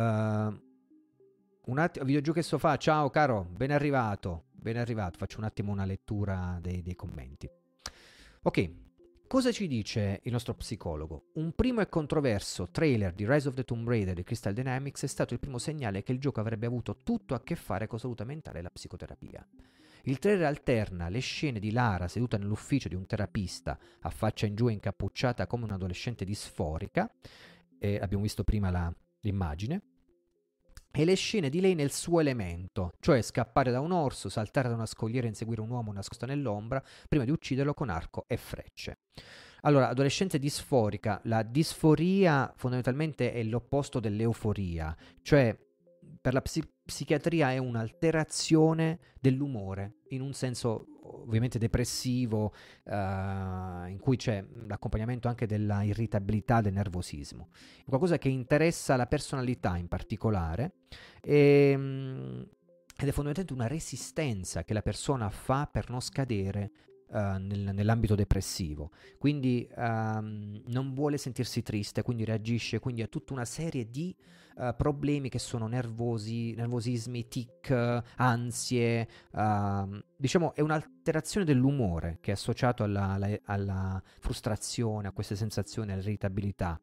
un attimo, videogiochi fa, ciao caro, ben arrivato, ben arrivato, faccio un attimo una lettura dei, dei commenti. Ok, cosa ci dice il nostro psicologo? Un primo e controverso trailer di Rise of the Tomb Raider di Crystal Dynamics è stato il primo segnale che il gioco avrebbe avuto tutto a che fare con salute mentale e la psicoterapia. Il trailer alterna le scene di Lara seduta nell'ufficio di un terapista a faccia in giù e incappucciata come un'adolescente disforica, e abbiamo visto prima la, l'immagine, e le scene di lei nel suo elemento, cioè scappare da un orso, saltare da una scogliera e inseguire un uomo nascosto nell'ombra prima di ucciderlo con arco e frecce. Allora, adolescenza disforica, la disforia fondamentalmente è l'opposto dell'euforia, cioè per la psi- psichiatria è un'alterazione dell'umore, in un senso ovviamente depressivo, uh, in cui c'è l'accompagnamento anche della irritabilità, del nervosismo. È qualcosa che interessa la personalità in particolare e, ed è fondamentalmente una resistenza che la persona fa per non scadere Uh, nel, nell'ambito depressivo, quindi um, non vuole sentirsi triste, quindi reagisce quindi a tutta una serie di uh, problemi che sono nervosi, nervosismi, tic, ansie, uh, diciamo è un'alterazione dell'umore che è associato alla, alla, alla frustrazione, a queste sensazioni, all'irritabilità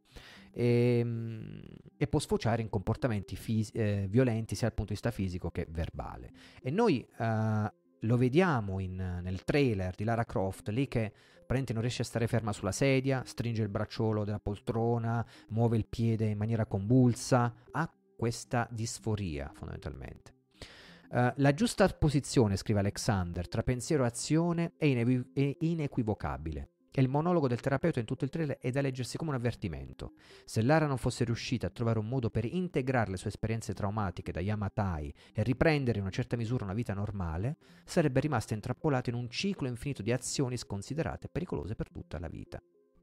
e, e può sfociare in comportamenti fisi- eh, violenti sia dal punto di vista fisico che verbale. E noi uh, lo vediamo in, nel trailer di Lara Croft, lì che praticamente non riesce a stare ferma sulla sedia, stringe il bracciolo della poltrona, muove il piede in maniera convulsa, ha questa disforia fondamentalmente. Uh, la giusta posizione, scrive Alexander, tra pensiero e azione è, inevi- è inequivocabile. E il monologo del terapeuta in tutto il trailer è da leggersi come un avvertimento. Se Lara non fosse riuscita a trovare un modo per integrare le sue esperienze traumatiche da Yamatai e riprendere in una certa misura una vita normale, sarebbe rimasta intrappolata in un ciclo infinito di azioni sconsiderate pericolose per tutta la vita.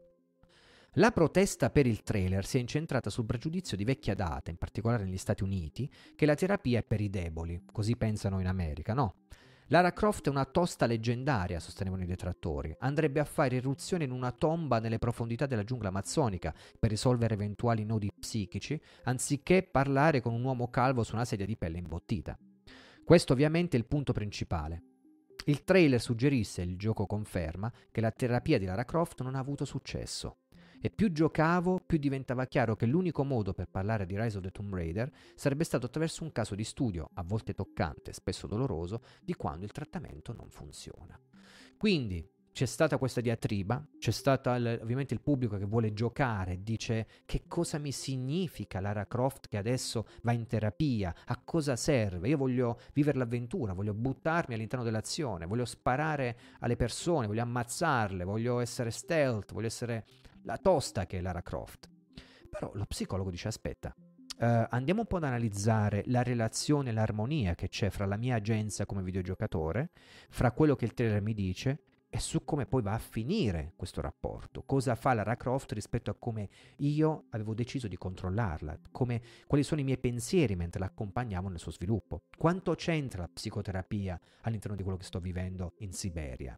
La protesta per il trailer si è incentrata sul pregiudizio di vecchia data, in particolare negli Stati Uniti, che la terapia è per i deboli, così pensano in America, no? Lara Croft è una tosta leggendaria, sostenevano i detrattori. Andrebbe a fare irruzione in una tomba nelle profondità della giungla amazzonica per risolvere eventuali nodi psichici, anziché parlare con un uomo calvo su una sedia di pelle imbottita. Questo ovviamente è il punto principale. Il trailer suggerisse, e il gioco conferma, che la terapia di Lara Croft non ha avuto successo. E più giocavo, più diventava chiaro che l'unico modo per parlare di Rise of the Tomb Raider sarebbe stato attraverso un caso di studio, a volte toccante, spesso doloroso, di quando il trattamento non funziona. Quindi c'è stata questa diatriba, c'è stato ovviamente il pubblico che vuole giocare, dice che cosa mi significa Lara Croft che adesso va in terapia, a cosa serve, io voglio vivere l'avventura, voglio buttarmi all'interno dell'azione, voglio sparare alle persone, voglio ammazzarle, voglio essere stealth, voglio essere la tosta che è Lara Croft. Però lo psicologo dice aspetta, uh, andiamo un po' ad analizzare la relazione e l'armonia che c'è fra la mia agenza come videogiocatore, fra quello che il trailer mi dice e su come poi va a finire questo rapporto. Cosa fa Lara Croft rispetto a come io avevo deciso di controllarla, come, quali sono i miei pensieri mentre la accompagnavo nel suo sviluppo. Quanto c'entra la psicoterapia all'interno di quello che sto vivendo in Siberia.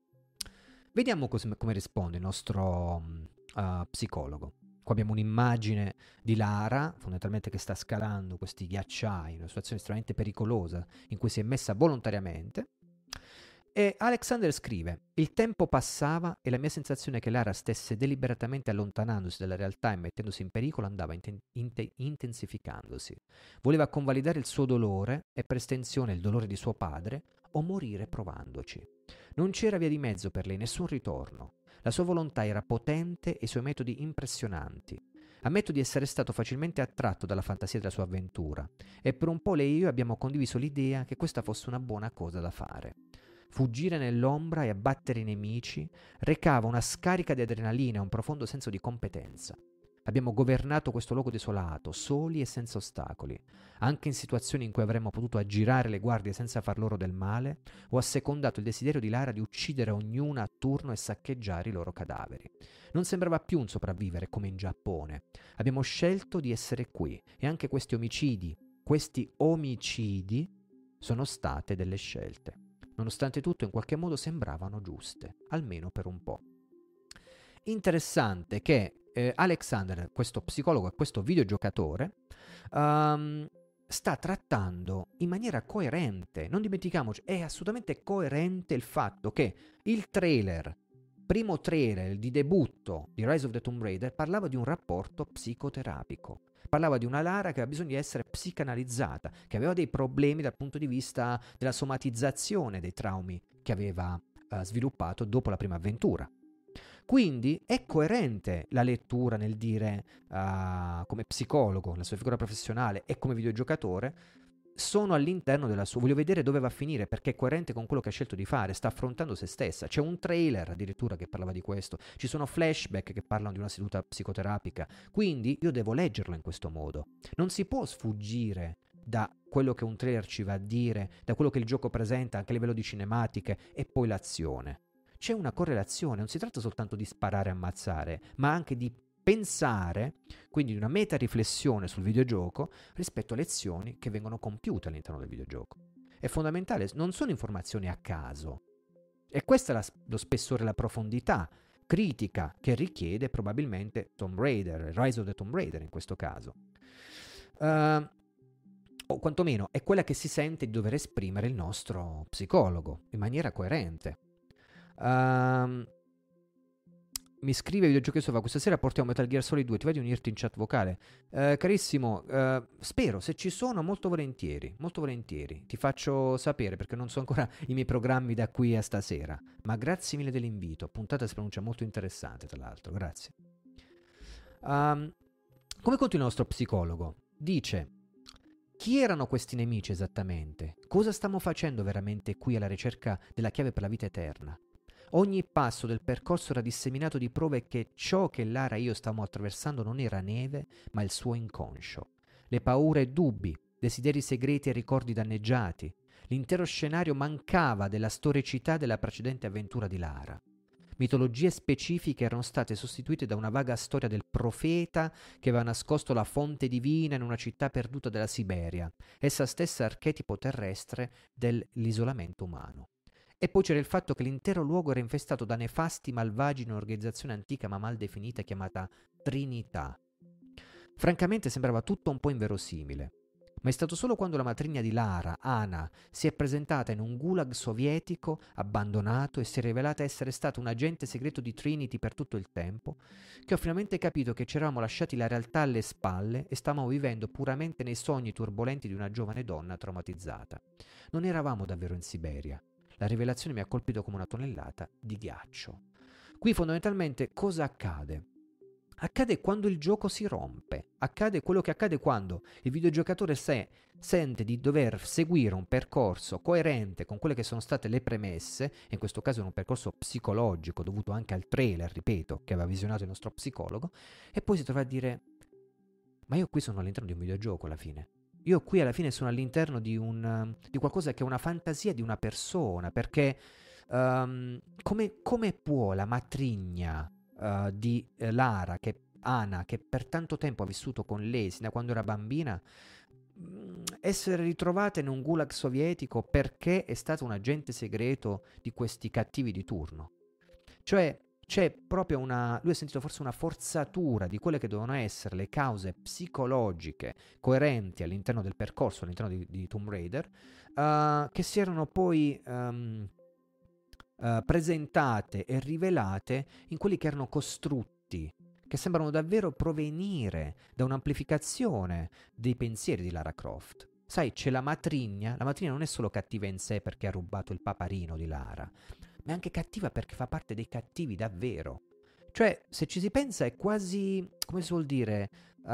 Vediamo cos- come risponde il nostro uh, psicologo. Qua abbiamo un'immagine di Lara, fondamentalmente che sta scalando questi ghiacciai, in una situazione estremamente pericolosa, in cui si è messa volontariamente. E Alexander scrive: il tempo passava e la mia sensazione che Lara stesse deliberatamente allontanandosi dalla realtà e mettendosi in pericolo andava inten- inte- intensificandosi. Voleva convalidare il suo dolore e per estensione il dolore di suo padre o morire provandoci. Non c'era via di mezzo per lei, nessun ritorno. La sua volontà era potente e i suoi metodi impressionanti. Ammetto di essere stato facilmente attratto dalla fantasia della sua avventura e per un po' lei e io abbiamo condiviso l'idea che questa fosse una buona cosa da fare. Fuggire nell'ombra e abbattere i nemici recava una scarica di adrenalina e un profondo senso di competenza. Abbiamo governato questo luogo desolato, soli e senza ostacoli, anche in situazioni in cui avremmo potuto aggirare le guardie senza far loro del male, o assecondato il desiderio di Lara di uccidere ognuna a turno e saccheggiare i loro cadaveri. Non sembrava più un sopravvivere come in Giappone. Abbiamo scelto di essere qui e anche questi omicidi, questi omicidi sono state delle scelte. Nonostante tutto, in qualche modo sembravano giuste, almeno per un po'. Interessante che eh, Alexander, questo psicologo e questo videogiocatore, um, sta trattando in maniera coerente, non dimentichiamoci, è assolutamente coerente il fatto che il trailer, primo trailer di debutto di Rise of the Tomb Raider, parlava di un rapporto psicoterapico. Parlava di una Lara che aveva bisogno di essere psicanalizzata, che aveva dei problemi dal punto di vista della somatizzazione dei traumi che aveva uh, sviluppato dopo la prima avventura. Quindi è coerente la lettura nel dire, uh, come psicologo, la sua figura professionale e come videogiocatore, sono all'interno della sua, voglio vedere dove va a finire perché è coerente con quello che ha scelto di fare, sta affrontando se stessa. C'è un trailer addirittura che parlava di questo, ci sono flashback che parlano di una seduta psicoterapica, quindi io devo leggerlo in questo modo. Non si può sfuggire da quello che un trailer ci va a dire, da quello che il gioco presenta anche a livello di cinematiche e poi l'azione. C'è una correlazione, non si tratta soltanto di sparare e ammazzare, ma anche di pensare, quindi di una meta riflessione sul videogioco rispetto alle azioni che vengono compiute all'interno del videogioco. È fondamentale, non sono informazioni a caso. E questo è la, lo spessore e la profondità critica che richiede probabilmente Tomb Raider, Rise of the Tomb Raider in questo caso. Uh, o quantomeno è quella che si sente di dover esprimere il nostro psicologo in maniera coerente. Um, mi scrive Videogiochi Sova, questa sera portiamo Metal Gear Solid due, ti va di unirti in chat vocale? Uh, carissimo, uh, spero, se ci sono, molto volentieri, molto volentieri, ti faccio sapere perché non so ancora i miei programmi da qui a stasera, ma grazie mille dell'invito, puntata si pronuncia molto interessante tra l'altro, grazie. Um, come continua il nostro psicologo? Dice: chi erano questi nemici esattamente? Cosa stiamo facendo veramente qui alla ricerca della chiave per la vita eterna? Ogni passo del percorso era disseminato di prove che ciò che Lara e io stavamo attraversando non era neve, ma il suo inconscio. Le paure e dubbi, desideri segreti e ricordi danneggiati. L'intero scenario mancava della storicità della precedente avventura di Lara. Mitologie specifiche erano state sostituite da una vaga storia del profeta che aveva nascosto la fonte divina in una città perduta della Siberia, essa stessa archetipo terrestre dell'isolamento umano. E poi c'era il fatto che l'intero luogo era infestato da nefasti malvagi in un'organizzazione antica ma mal definita chiamata Trinità. Francamente sembrava tutto un po' inverosimile, ma è stato solo quando la matrigna di Lara, Ana, si è presentata in un gulag sovietico abbandonato e si è rivelata essere stato un agente segreto di Trinity per tutto il tempo, che ho finalmente capito che ci eravamo lasciati la realtà alle spalle e stavamo vivendo puramente nei sogni turbolenti di una giovane donna traumatizzata. Non eravamo davvero in Siberia. La rivelazione mi ha colpito come una tonnellata di ghiaccio. Qui fondamentalmente cosa accade? Accade quando il gioco si rompe, accade quello che accade quando il videogiocatore se, sente di dover seguire un percorso coerente con quelle che sono state le premesse, in questo caso è un percorso psicologico dovuto anche al trailer, ripeto, che aveva visionato il nostro psicologo, e poi si trova a dire: ma io qui sono all'interno di un videogioco alla fine. Io qui alla fine sono all'interno di, un, di qualcosa che è una fantasia di una persona, perché um, come, come può la matrigna uh, di eh, Lara, che, Ana, che per tanto tempo ha vissuto con lei, sin da quando era bambina, mh, essere ritrovata in un gulag sovietico perché è stato un agente segreto di questi cattivi di turno? Cioè c'è proprio una, lui ha sentito forse una forzatura di quelle che dovevano essere le cause psicologiche coerenti all'interno del percorso, all'interno di, di Tomb Raider, uh, che si erano poi um, uh, presentate e rivelate in quelli che erano costrutti, che sembrano davvero provenire da un'amplificazione dei pensieri di Lara Croft. Sai, c'è la matrigna, la matrigna non è solo cattiva in sé perché ha rubato il paparino di Lara, ma è anche cattiva perché fa parte dei cattivi davvero. Cioè, se ci si pensa, è quasi, come si vuol dire,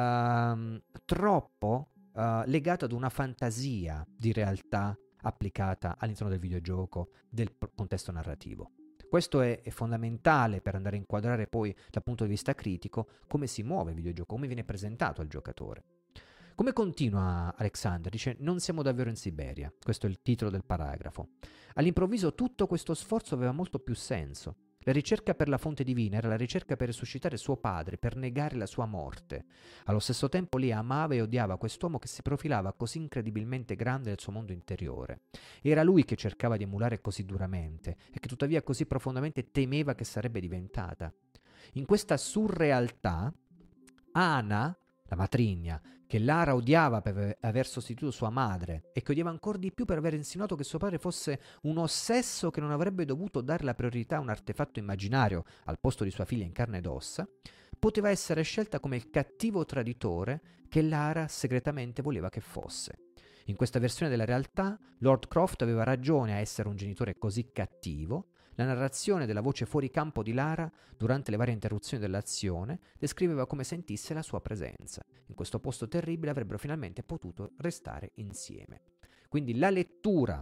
uh, troppo uh, legato ad una fantasia di realtà applicata all'interno del videogioco, del contesto narrativo. Questo è, è fondamentale per andare a inquadrare poi dal punto di vista critico come si muove il videogioco, come viene presentato al giocatore. Come continua Alexander? Dice: non siamo davvero in Siberia. Questo è il titolo del paragrafo. All'improvviso tutto questo sforzo aveva molto più senso. La ricerca per la fonte divina era la ricerca per risuscitare suo padre, per negare la sua morte. Allo stesso tempo lei amava e odiava quest'uomo che si profilava così incredibilmente grande nel suo mondo interiore. Era lui che cercava di emulare così duramente e che tuttavia così profondamente temeva che sarebbe diventata. In questa surrealtà, Ana, la matrigna, che Lara odiava per aver sostituito sua madre e che odiava ancora di più per aver insinuato che suo padre fosse un ossesso che non avrebbe dovuto dare la priorità a un artefatto immaginario al posto di sua figlia in carne ed ossa, poteva essere scelta come il cattivo traditore che Lara segretamente voleva che fosse. In questa versione della realtà, Lord Croft aveva ragione a essere un genitore così cattivo. La narrazione della voce fuori campo di Lara, durante le varie interruzioni dell'azione, descriveva come sentisse la sua presenza. In questo posto terribile avrebbero finalmente potuto restare insieme. Quindi la lettura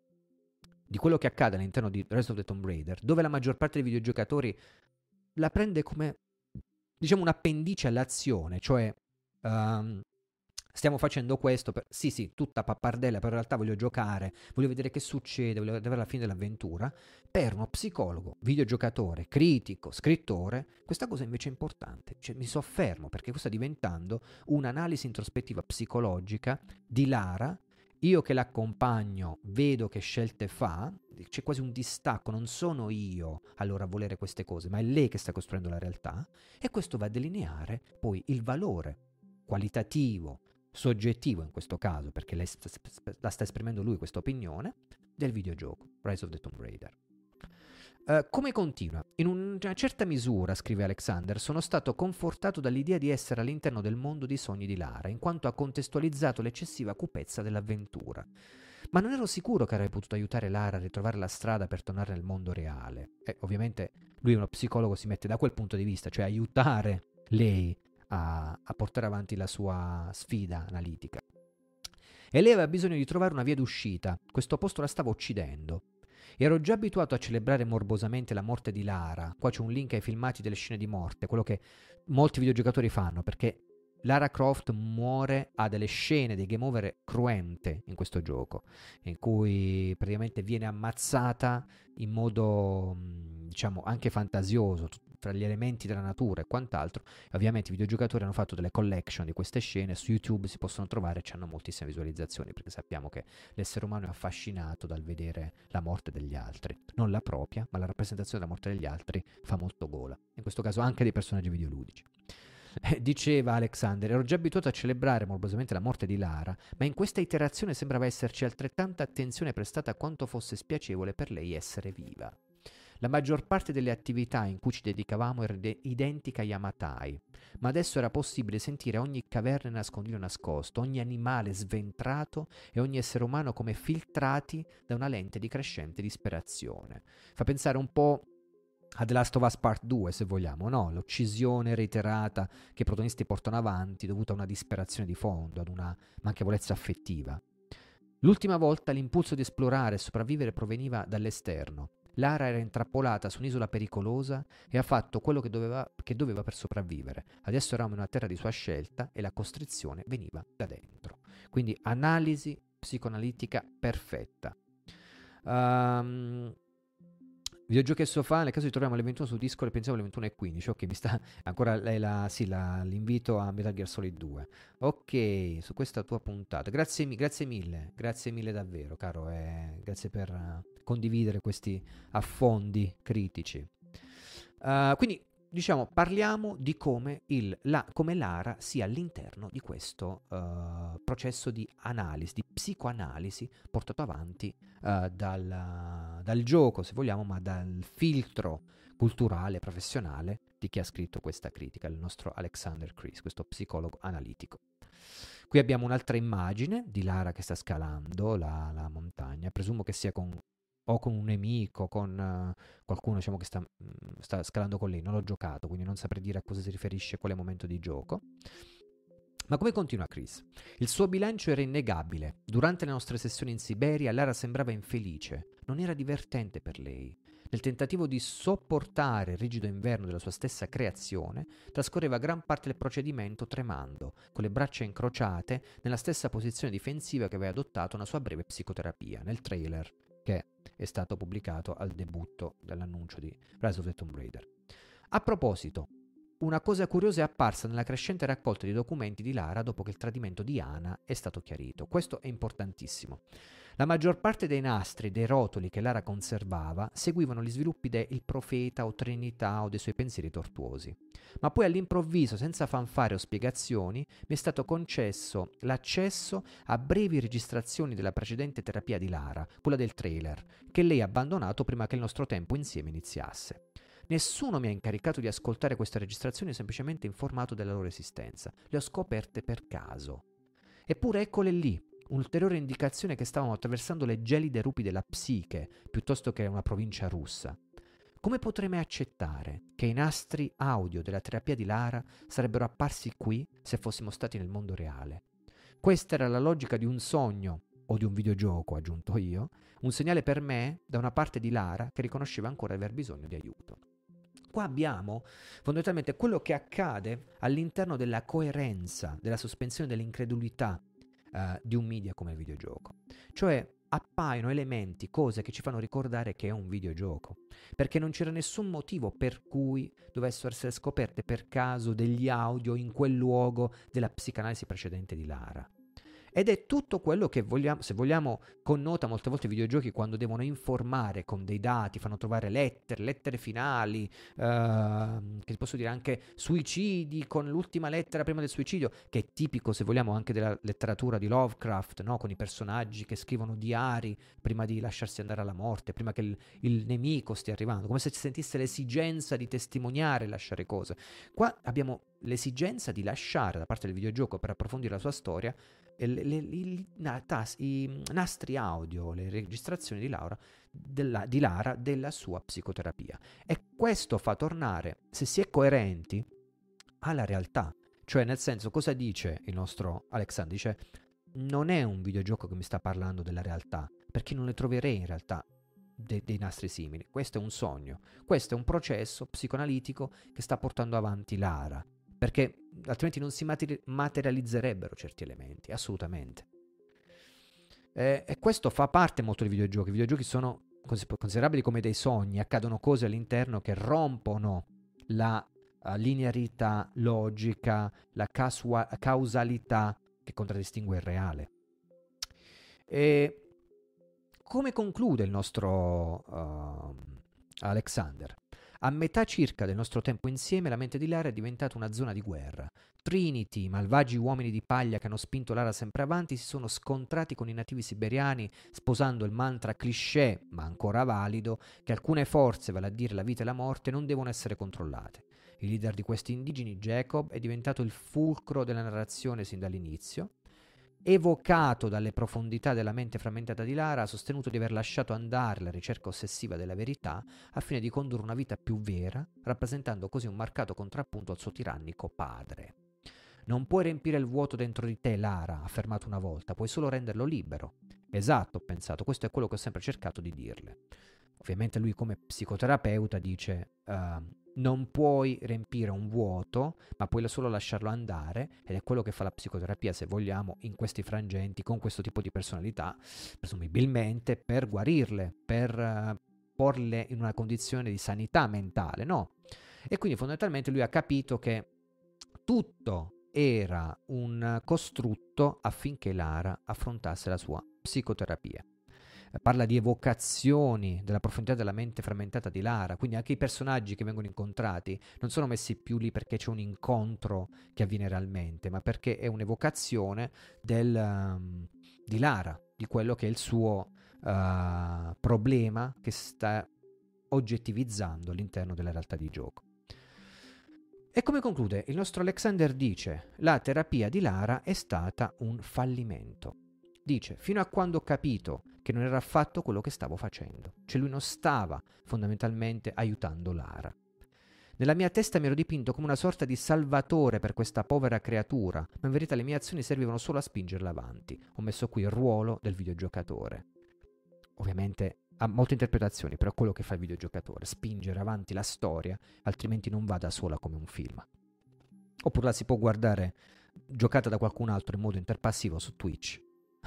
di quello che accade all'interno di Rise of the Tomb Raider, dove la maggior parte dei videogiocatori la prende come, diciamo, un appendice all'azione, cioè um, stiamo facendo questo, per... sì sì, tutta pappardella, però in realtà voglio giocare, voglio vedere che succede, voglio vedere la fine dell'avventura. Per uno psicologo, videogiocatore, critico, scrittore, questa cosa invece è importante, cioè mi soffermo perché sta diventando un'analisi introspettiva psicologica di Lara. Io che l'accompagno vedo che scelte fa, c'è quasi un distacco, non sono io allora a volere queste cose, ma è lei che sta costruendo la realtà, e questo va a delineare poi il valore qualitativo, soggettivo in questo caso, perché lei sta, la sta esprimendo lui questa opinione, del videogioco Rise of the Tomb Raider. Uh, come continua? In una certa misura, scrive Alexander, sono stato confortato dall'idea di essere all'interno del mondo dei sogni di Lara, in quanto ha contestualizzato l'eccessiva cupezza dell'avventura. Ma non ero sicuro che avrei potuto aiutare Lara a ritrovare la strada per tornare nel mondo reale. E ovviamente lui è uno psicologo, si mette da quel punto di vista, cioè aiutare lei a, a portare avanti la sua sfida analitica. E lei aveva bisogno di trovare una via d'uscita, questo posto la stava uccidendo. Ero già abituato a celebrare morbosamente la morte di Lara. Qua c'è un link ai filmati delle scene di morte, quello che molti videogiocatori fanno, perché Lara Croft muore a delle scene, dei game over cruente in questo gioco, in cui praticamente viene ammazzata in modo, diciamo, anche fantasioso, tra gli elementi della natura e quant'altro. E ovviamente i videogiocatori hanno fatto delle collection di queste scene, su YouTube si possono trovare e hanno moltissime visualizzazioni, perché sappiamo che l'essere umano è affascinato dal vedere la morte degli altri, non la propria, ma la rappresentazione della morte degli altri fa molto gola, in questo caso anche dei personaggi videoludici. Diceva Alexander: ero già abituato a celebrare morbosamente la morte di Lara, ma in questa iterazione sembrava esserci altrettanta attenzione prestata a quanto fosse spiacevole per lei essere viva. La maggior parte delle attività in cui ci dedicavamo era de- identica agli Yamatai, ma adesso era possibile sentire ogni caverna e nascondiglio nascosto, ogni animale sventrato e ogni essere umano come filtrati da una lente di crescente disperazione. Fa pensare un po' a The Last of Us Part due, se vogliamo, no? L'uccisione reiterata che i protagonisti portano avanti dovuta a una disperazione di fondo, ad una manchevolezza affettiva. L'ultima volta l'impulso di esplorare e sopravvivere proveniva dall'esterno. Lara era intrappolata su un'isola pericolosa e ha fatto quello che doveva, che doveva per sopravvivere. Adesso eravamo in una terra di sua scelta e la costrizione veniva da dentro. Quindi analisi psicoanalitica perfetta. Um, Videogiochi e sofà, nel caso ci troviamo alle ventuno su Discord, pensavo alle ventuno e quindici. Ok, mi sta ancora lei la, sì, la, l'invito a Metal Gear Solid due. Ok, su questa tua puntata. Grazie, grazie mille, grazie mille davvero, caro. Eh, grazie per uh, condividere questi affondi critici. Uh, quindi, diciamo, parliamo di come, il, la, come Lara sia all'interno di questo uh, processo di analisi, di psicoanalisi portato avanti uh, dal, dal gioco, se vogliamo, ma dal filtro culturale, professionale di chi ha scritto questa critica, il nostro Alexander Chris, questo psicologo analitico. Qui abbiamo un'altra immagine di Lara che sta scalando la, la montagna, presumo che sia con o con un nemico, con uh, qualcuno, diciamo, che sta, mh, sta scalando con lei. Non l'ho giocato, quindi non saprei dire a cosa si riferisce quale momento di gioco. Ma come continua Chris? Il suo bilancio era innegabile. Durante le nostre sessioni in Siberia, Lara sembrava infelice. Non era divertente per lei. Nel tentativo di sopportare il rigido inverno della sua stessa creazione, trascorreva gran parte del procedimento tremando, con le braccia incrociate, nella stessa posizione difensiva che aveva adottato nella sua breve psicoterapia, nel trailer che è stato pubblicato al debutto dell'annuncio di Rise of the Tomb Raider. A proposito, una cosa curiosa è apparsa nella crescente raccolta di documenti di Lara dopo che il tradimento di Ana è stato chiarito. Questo è importantissimo. La maggior parte dei nastri, dei rotoli che Lara conservava, seguivano gli sviluppi del profeta o Trinità o dei suoi pensieri tortuosi. Ma poi all'improvviso, senza fanfare o spiegazioni, mi è stato concesso l'accesso a brevi registrazioni della precedente terapia di Lara, quella del trailer, che lei ha abbandonato prima che il nostro tempo insieme iniziasse. Nessuno mi ha incaricato di ascoltare queste registrazioni, semplicemente informato della loro esistenza. Le ho scoperte per caso. Eppure eccole lì, un'ulteriore indicazione che stavamo attraversando le gelide rupi della psiche, piuttosto che una provincia russa. Come potrei mai accettare che i nastri audio della terapia di Lara sarebbero apparsi qui se fossimo stati nel mondo reale? Questa era la logica di un sogno, o di un videogioco, aggiunto io, un segnale per me da una parte di Lara che riconosceva ancora di aver bisogno di aiuto. Qua abbiamo fondamentalmente quello che accade all'interno della coerenza, della sospensione dell'incredulità uh, di un media come il videogioco. Cioè appaiono elementi, cose che ci fanno ricordare che è un videogioco, perché non c'era nessun motivo per cui dovessero essere scoperte per caso degli audio in quel luogo della psicanalisi precedente di Lara. Ed è tutto quello che vogliamo, se vogliamo, connota molte volte i videogiochi quando devono informare con dei dati, fanno trovare lettere, lettere finali, eh, che posso dire anche suicidi con l'ultima lettera prima del suicidio, che è tipico, se vogliamo, anche della letteratura di Lovecraft, no? Con i personaggi che scrivono diari prima di lasciarsi andare alla morte, prima che il, il nemico stia arrivando, come se si sentisse l'esigenza di testimoniare e lasciare cose. Qua abbiamo l'esigenza di lasciare da parte del videogioco, per approfondire la sua storia, Le, le, i, i nastri audio, le registrazioni di, Laura, della, di Lara della sua psicoterapia. E questo fa tornare, se si è coerenti, alla realtà. Cioè, nel senso, cosa dice il nostro Alexander? Dice, non è un videogioco che mi sta parlando della realtà, perché non le troverei in realtà de, dei nastri simili. Questo è un sogno, questo è un processo psicoanalitico che sta portando avanti Lara, perché altrimenti non si materi- materializzerebbero certi elementi, assolutamente. Eh, e questo fa parte molto dei videogiochi. I videogiochi sono considerabili come dei sogni, accadono cose all'interno che rompono la uh, linearità logica, la casua- causalità che contraddistingue il reale. E come conclude il nostro uh, Alexander? A metà circa del nostro tempo insieme, la mente di Lara è diventata una zona di guerra. Trinity, i malvagi uomini di paglia che hanno spinto Lara sempre avanti, si sono scontrati con i nativi siberiani, sposando il mantra cliché, ma ancora valido, che alcune forze, vale a dire la vita e la morte, non devono essere controllate. Il leader di questi indigeni, Jacob, è diventato il fulcro della narrazione sin dall'inizio. Evocato dalle profondità della mente frammentata di Lara, ha sostenuto di aver lasciato andare la ricerca ossessiva della verità al fine di condurre una vita più vera, rappresentando così un marcato contrappunto al suo tirannico padre. Non puoi riempire il vuoto dentro di te, Lara, ha affermato una volta, puoi solo renderlo libero. Esatto, ho pensato, questo è quello che ho sempre cercato di dirle. Ovviamente lui come psicoterapeuta dice uh, non puoi riempire un vuoto, ma puoi solo lasciarlo andare, ed è quello che fa la psicoterapia, se vogliamo, in questi frangenti, con questo tipo di personalità, presumibilmente per guarirle, per uh, porle in una condizione di sanità mentale, no? E quindi fondamentalmente lui ha capito che tutto era un costrutto affinché Lara affrontasse la sua psicoterapia. Parla di evocazioni della profondità della mente frammentata di Lara, quindi anche i personaggi che vengono incontrati non sono messi più lì perché c'è un incontro che avviene realmente, ma perché è un'evocazione del, um, di Lara, di quello che è il suo uh, problema che sta oggettivizzando all'interno della realtà di gioco. E come conclude? Il nostro Alexander dice: la terapia di Lara è stata un fallimento. Dice, fino a quando ho capito che non era affatto quello che stavo facendo. Cioè lui non stava fondamentalmente aiutando Lara. Nella mia testa mi ero dipinto come una sorta di salvatore per questa povera creatura, ma in verità le mie azioni servivano solo a spingerla avanti. Ho messo qui il ruolo del videogiocatore. Ovviamente ha molte interpretazioni, però è quello che fa il videogiocatore, spingere avanti la storia, altrimenti non va da sola come un film. Oppure la si può guardare giocata da qualcun altro in modo interpassivo su Twitch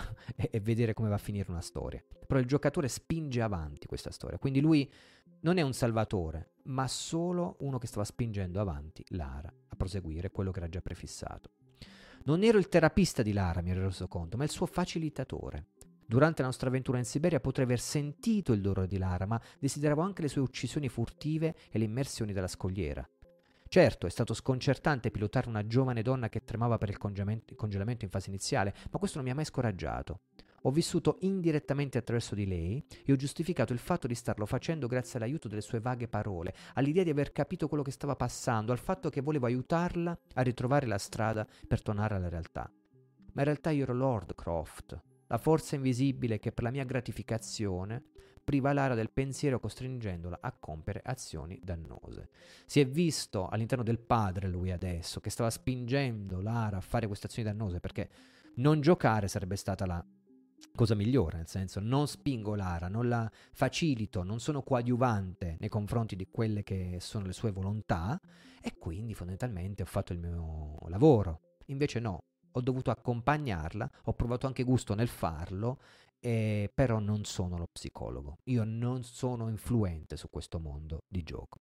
e, e vedere come va a finire una storia. Però il giocatore spinge avanti questa storia, quindi lui non è un salvatore, ma solo uno che stava spingendo avanti Lara a proseguire quello che era già prefissato. Non ero il terapista di Lara, mi ero reso conto, ma il suo facilitatore. Durante la nostra avventura in Siberia potrei aver sentito il dolore di Lara, ma desideravo anche le sue uccisioni furtive e le immersioni della scogliera. Certo, è stato sconcertante pilotare una giovane donna che tremava per il congelamento in fase iniziale, ma questo non mi ha mai scoraggiato. Ho vissuto indirettamente attraverso di lei e ho giustificato il fatto di starlo facendo grazie all'aiuto delle sue vaghe parole, all'idea di aver capito quello che stava passando, al fatto che volevo aiutarla a ritrovare la strada per tornare alla realtà. Ma in realtà io ero Lord Croft, la forza invisibile che per la mia gratificazione priva Lara del pensiero costringendola a compiere azioni dannose. Si è visto all'interno del padre lui adesso che stava spingendo Lara a fare queste azioni dannose, perché non giocare sarebbe stata la cosa migliore, nel senso non spingo Lara, non la facilito, non sono coadiuvante nei confronti di quelle che sono le sue volontà e quindi fondamentalmente ho fatto il mio lavoro. Invece no, ho dovuto accompagnarla, ho provato anche gusto nel farlo, eh, però non sono lo psicologo, io non sono influente su questo mondo di gioco.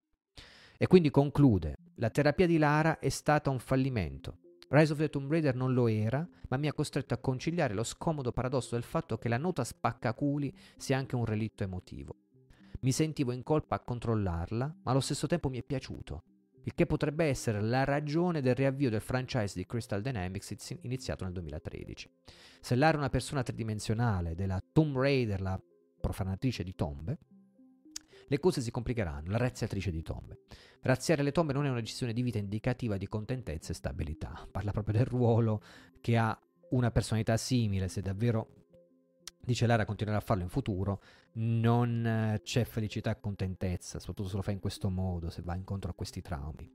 E quindi conclude, la terapia di Lara è stata un fallimento. Rise of the Tomb Raider non lo era, ma mi ha costretto a conciliare lo scomodo paradosso del fatto che la nota spaccaculi sia anche un relitto emotivo. Mi sentivo in colpa a controllarla, ma allo stesso tempo mi è piaciuto, il che potrebbe essere la ragione del riavvio del franchise di Crystal Dynamics iniziato nel duemilatredici. Se Lara è una persona tridimensionale della Tomb Raider, la profanatrice di tombe, le cose si complicheranno, la razziatrice di tombe. Razziare le tombe non è una decisione di vita indicativa di contentezza e stabilità. Parla proprio del ruolo che ha una personalità simile. Se davvero, dice Lara, continuerà a farlo in futuro, non c'è felicità e contentezza, soprattutto se lo fa in questo modo, se va incontro a questi traumi.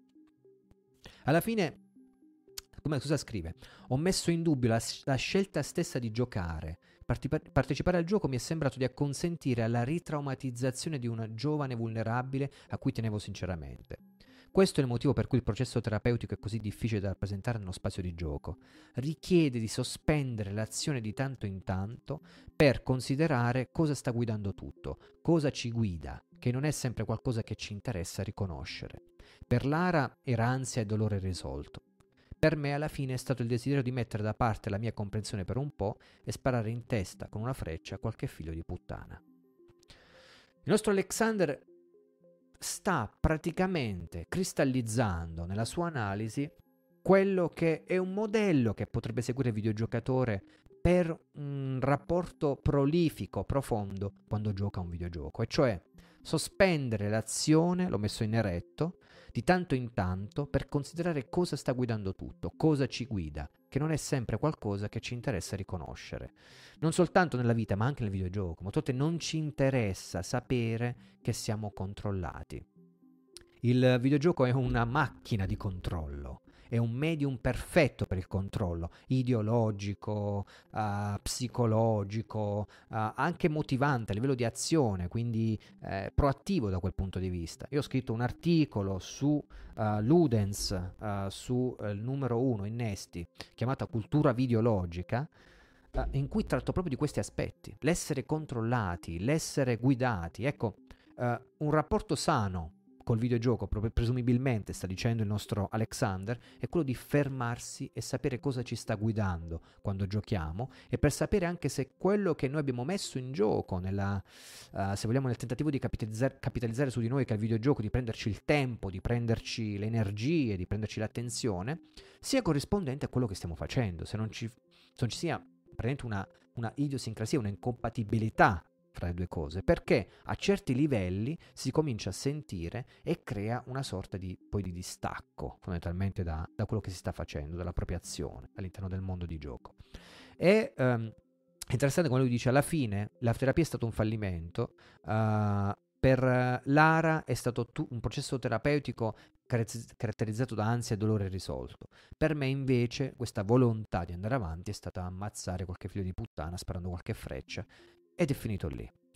Alla fine, come cosa scrive? Ho messo in dubbio la, la scelta stessa di giocare. Partecipare al gioco mi è sembrato di acconsentire alla ritraumatizzazione di una giovane vulnerabile a cui tenevo sinceramente. Questo è il motivo per cui il processo terapeutico è così difficile da rappresentare nello spazio di gioco. Richiede di sospendere l'azione di tanto in tanto per considerare cosa sta guidando tutto, cosa ci guida, che non è sempre qualcosa che ci interessa riconoscere. Per Lara era ansia e dolore irrisolto. Per me alla fine è stato il desiderio di mettere da parte la mia comprensione per un po' e sparare in testa con una freccia qualche figlio di puttana. Il nostro Alexander sta praticamente cristallizzando nella sua analisi quello che è un modello che potrebbe seguire il videogiocatore per un rapporto prolifico, profondo, quando gioca un videogioco, e cioè sospendere l'azione, l'ho messo in eretto, di tanto in tanto per considerare cosa sta guidando tutto, cosa ci guida, che non è sempre qualcosa che ci interessa riconoscere. Non soltanto nella vita, ma anche nel videogioco. Molte volte non ci interessa sapere che siamo controllati. Il videogioco è una macchina di controllo, è un medium perfetto per il controllo, ideologico, uh, psicologico, uh, anche motivante a livello di azione, quindi eh, proattivo da quel punto di vista. Io ho scritto un articolo su uh, Ludens, uh, su uh, il numero uno, Innesti, chiamata Cultura videologica, uh, in cui tratto proprio di questi aspetti, l'essere controllati, l'essere guidati. Ecco, uh, un rapporto sano col videogioco, presumibilmente sta dicendo il nostro Alexander, è quello di fermarsi e sapere cosa ci sta guidando quando giochiamo, e per sapere anche se quello che noi abbiamo messo in gioco nella, uh, se vogliamo, nel tentativo di capitalizzare, capitalizzare su di noi, che è il videogioco, di prenderci il tempo, di prenderci le energie, di prenderci l'attenzione, sia corrispondente a quello che stiamo facendo, se non ci, se non ci sia praticamente una, una idiosincrasia, una incompatibilità fra le due cose, perché a certi livelli si comincia a sentire e crea una sorta di, poi di distacco fondamentalmente da, da quello che si sta facendo, dalla propria azione all'interno del mondo di gioco. E um, è interessante come lui dice, alla fine la terapia è stato un fallimento, uh, per Lara è stato tu- un processo terapeutico caratterizzato da ansia e dolore irrisolto. Per me invece questa volontà di andare avanti è stata ammazzare qualche figlio di puttana sparando qualche freccia, ed è finito lì.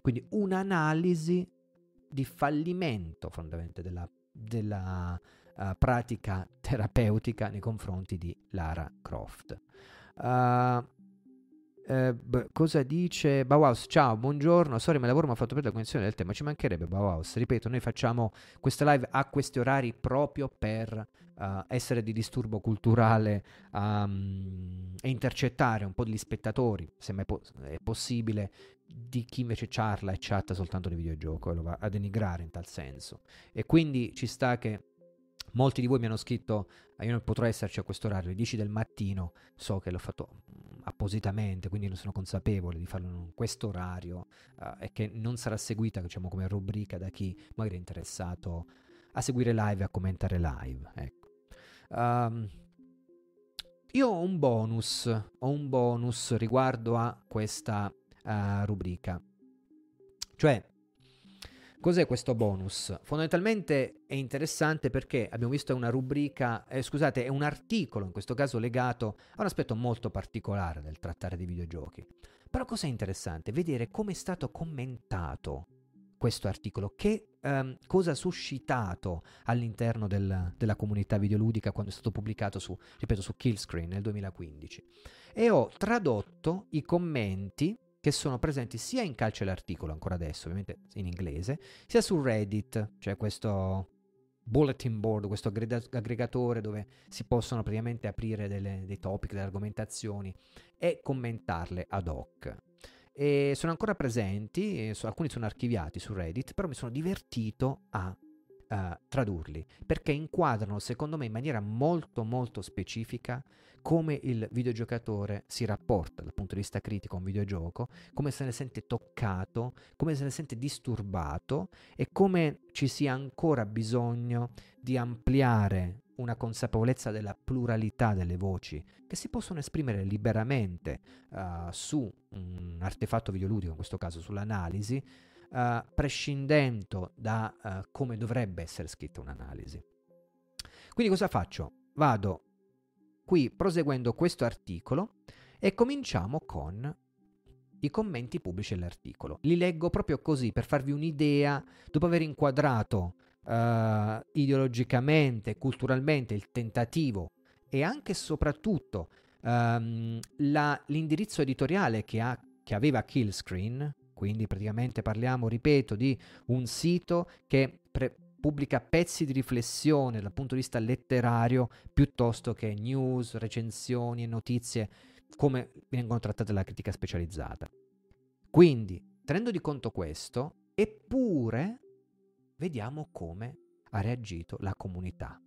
Quindi un'analisi di fallimento fondamentalmente della, della uh, pratica terapeutica nei confronti di Lara Croft. Uh, eh, b- cosa dice Bauhaus? Ciao, buongiorno, sorry, ma il lavoro mi ha fatto perdere la cognizione del tema. Ci mancherebbe, Bauhaus. Ripeto, noi facciamo queste live a questi orari proprio per uh, essere di disturbo culturale um, e intercettare un po' degli spettatori, se mai po- è possibile, di chi invece charla e chatta soltanto di videogioco e lo va a denigrare in tal senso. E quindi ci sta che molti di voi mi hanno scritto: ah, io non potrò esserci a questo orario, alle dieci del mattino. So che l'ho fatto appositamente, quindi non sono consapevole di farlo in questo orario, uh, e che non sarà seguita, diciamo, come rubrica da chi magari è interessato a seguire live e a commentare live. Ecco. Um, io ho un bonus, ho un bonus riguardo a questa uh, rubrica. Cioè, cos'è questo bonus? Fondamentalmente è interessante perché abbiamo visto è una rubrica, eh, scusate, è un articolo, in questo caso legato a un aspetto molto particolare del trattare di videogiochi. Però cos'è interessante? Vedere come è stato commentato questo articolo, che um, cosa ha suscitato all'interno del, della comunità videoludica quando è stato pubblicato su, ripeto, su Killscreen nel duemilaquindici. E ho tradotto i commenti che sono presenti sia in calce l'articolo, ancora adesso, ovviamente in inglese, sia su Reddit, cioè questo bulletin board, questo aggregatore dove si possono praticamente aprire delle, dei topic, delle argomentazioni e commentarle ad hoc. E sono ancora presenti, so, alcuni sono archiviati su Reddit, però mi sono divertito a uh, tradurli, perché inquadrano, secondo me, in maniera molto molto specifica come il videogiocatore si rapporta dal punto di vista critico a un videogioco, come se ne sente toccato, come se ne sente disturbato e come ci sia ancora bisogno di ampliare una consapevolezza della pluralità delle voci che si possono esprimere liberamente uh, su un artefatto videoludico, in questo caso sull'analisi, uh, prescindendo da uh, come dovrebbe essere scritta un'analisi. Quindi cosa faccio? Vado qui proseguendo questo articolo e cominciamo con i commenti pubblici dell'articolo. Li leggo proprio così per farvi un'idea, dopo aver inquadrato uh, ideologicamente, culturalmente il tentativo e anche e soprattutto um, la, l'indirizzo editoriale che, ha, che aveva Killscreen, quindi praticamente parliamo, ripeto, di un sito che pre- pubblica pezzi di riflessione dal punto di vista letterario piuttosto che news, recensioni e notizie come vengono trattate dalla critica specializzata. Quindi, tenendo di conto questo, eppure vediamo come ha reagito la comunità.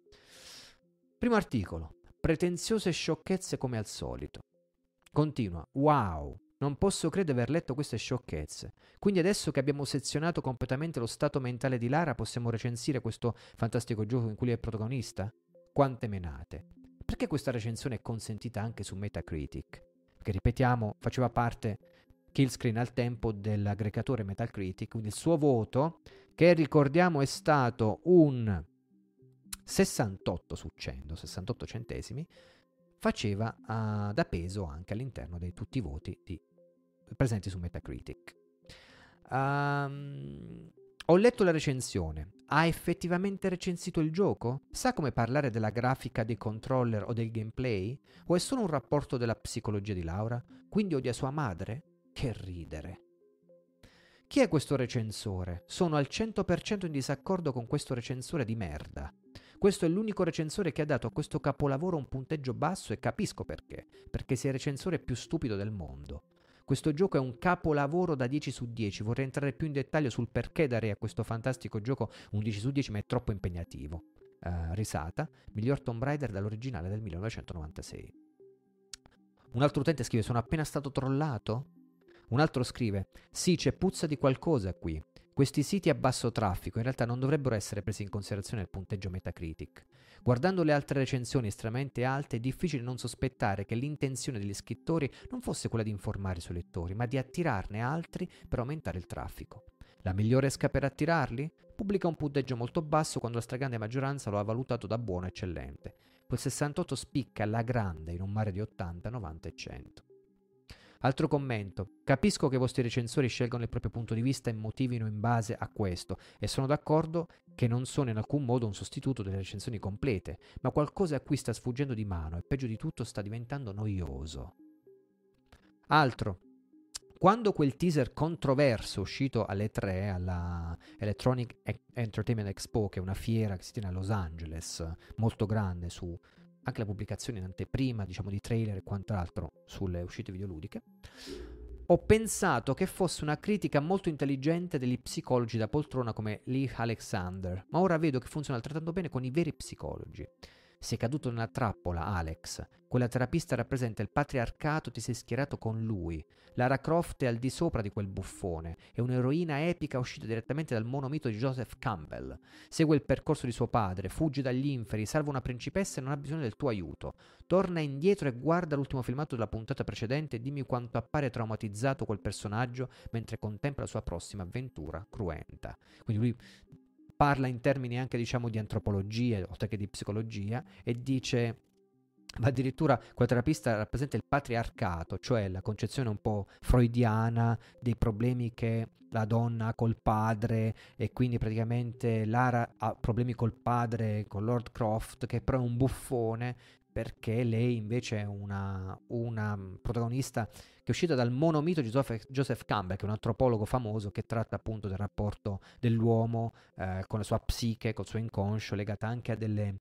Primo articolo: pretenziose sciocchezze come al solito. Continua: wow, non posso credere di aver letto queste sciocchezze. Quindi adesso che abbiamo sezionato completamente lo stato mentale di Lara, possiamo recensire questo fantastico gioco in cui lei è protagonista? Quante menate. Perché questa recensione è consentita anche su Metacritic? Perché, ripetiamo, faceva parte Killscreen al tempo dell'aggregatore Metacritic, quindi il suo voto, che ricordiamo è stato un sessantotto su cento, sessantotto centesimi, faceva uh, da peso anche all'interno di tutti i voti di, presenti su Metacritic. Um, ho letto la recensione. Ha effettivamente recensito il gioco? Sa come parlare della grafica, dei controller o del gameplay? O è solo un rapporto della psicologia di Laura? Quindi odia sua madre? Che ridere. Chi è questo recensore? Sono al cento per cento in disaccordo con questo recensore di merda. Questo è l'unico recensore che ha dato a questo capolavoro un punteggio basso e capisco perché. Perché sei il recensore più stupido del mondo. Questo gioco è un capolavoro da dieci su dieci. Vorrei entrare più in dettaglio sul perché darei a questo fantastico gioco un dieci su dieci, ma è troppo impegnativo. Uh, risata. Miglior Tomb Raider dall'originale del millenovecentonovantasei. Un altro utente scrive: sono appena stato trollato? Un altro scrive: sì, c'è puzza di qualcosa qui. Questi siti a basso traffico in realtà non dovrebbero essere presi in considerazione nel punteggio Metacritic. Guardando le altre recensioni estremamente alte è difficile non sospettare che l'intenzione degli scrittori non fosse quella di informare i suoi lettori, ma di attirarne altri per aumentare il traffico. La migliore esca per attirarli? Pubblica un punteggio molto basso quando la stragrande maggioranza lo ha valutato da buono eccellente. Quel sessantotto spicca alla grande in un mare di ottanta, novanta e cento. Altro commento. Capisco che i vostri recensori scelgono il proprio punto di vista e motivino in base a questo, e sono d'accordo che non sono in alcun modo un sostituto delle recensioni complete, ma qualcosa a cui sta sfuggendo di mano e peggio di tutto sta diventando noioso. Altro. Quando quel teaser controverso uscito alle tre, alla Electronic Entertainment Expo, che è una fiera che si tiene a Los Angeles, molto grande, su anche la pubblicazione in anteprima, diciamo, di trailer e quant'altro sulle uscite videoludiche, ho pensato che fosse una critica molto intelligente degli psicologi da poltrona come Lee Alexander, ma ora vedo che funziona altrettanto bene con i veri psicologi. Sei caduto nella trappola, Alex. Quella terapista rappresenta il patriarcato, ti sei schierato con lui. Lara Croft è al di sopra di quel buffone. È un'eroina epica uscita direttamente dal monomito di Joseph Campbell. Segue il percorso di suo padre, fugge dagli inferi, salva una principessa e non ha bisogno del tuo aiuto. Torna indietro e guarda l'ultimo filmato della puntata precedente e dimmi quanto appare traumatizzato quel personaggio mentre contempla la sua prossima avventura cruenta. Quindi lui parla in termini anche, diciamo, di antropologia oltre che di psicologia, e dice, ma addirittura quel terapista rappresenta il patriarcato, cioè la concezione un po' freudiana dei problemi che la donna ha col padre, e quindi praticamente Lara ha problemi col padre, con Lord Croft, che però è un buffone, perché lei invece è una, una protagonista che è uscita dal monomito di Joseph, Joseph Campbell, che è un antropologo famoso che tratta appunto del rapporto dell'uomo eh, con la sua psiche, col suo inconscio, legata anche a delle...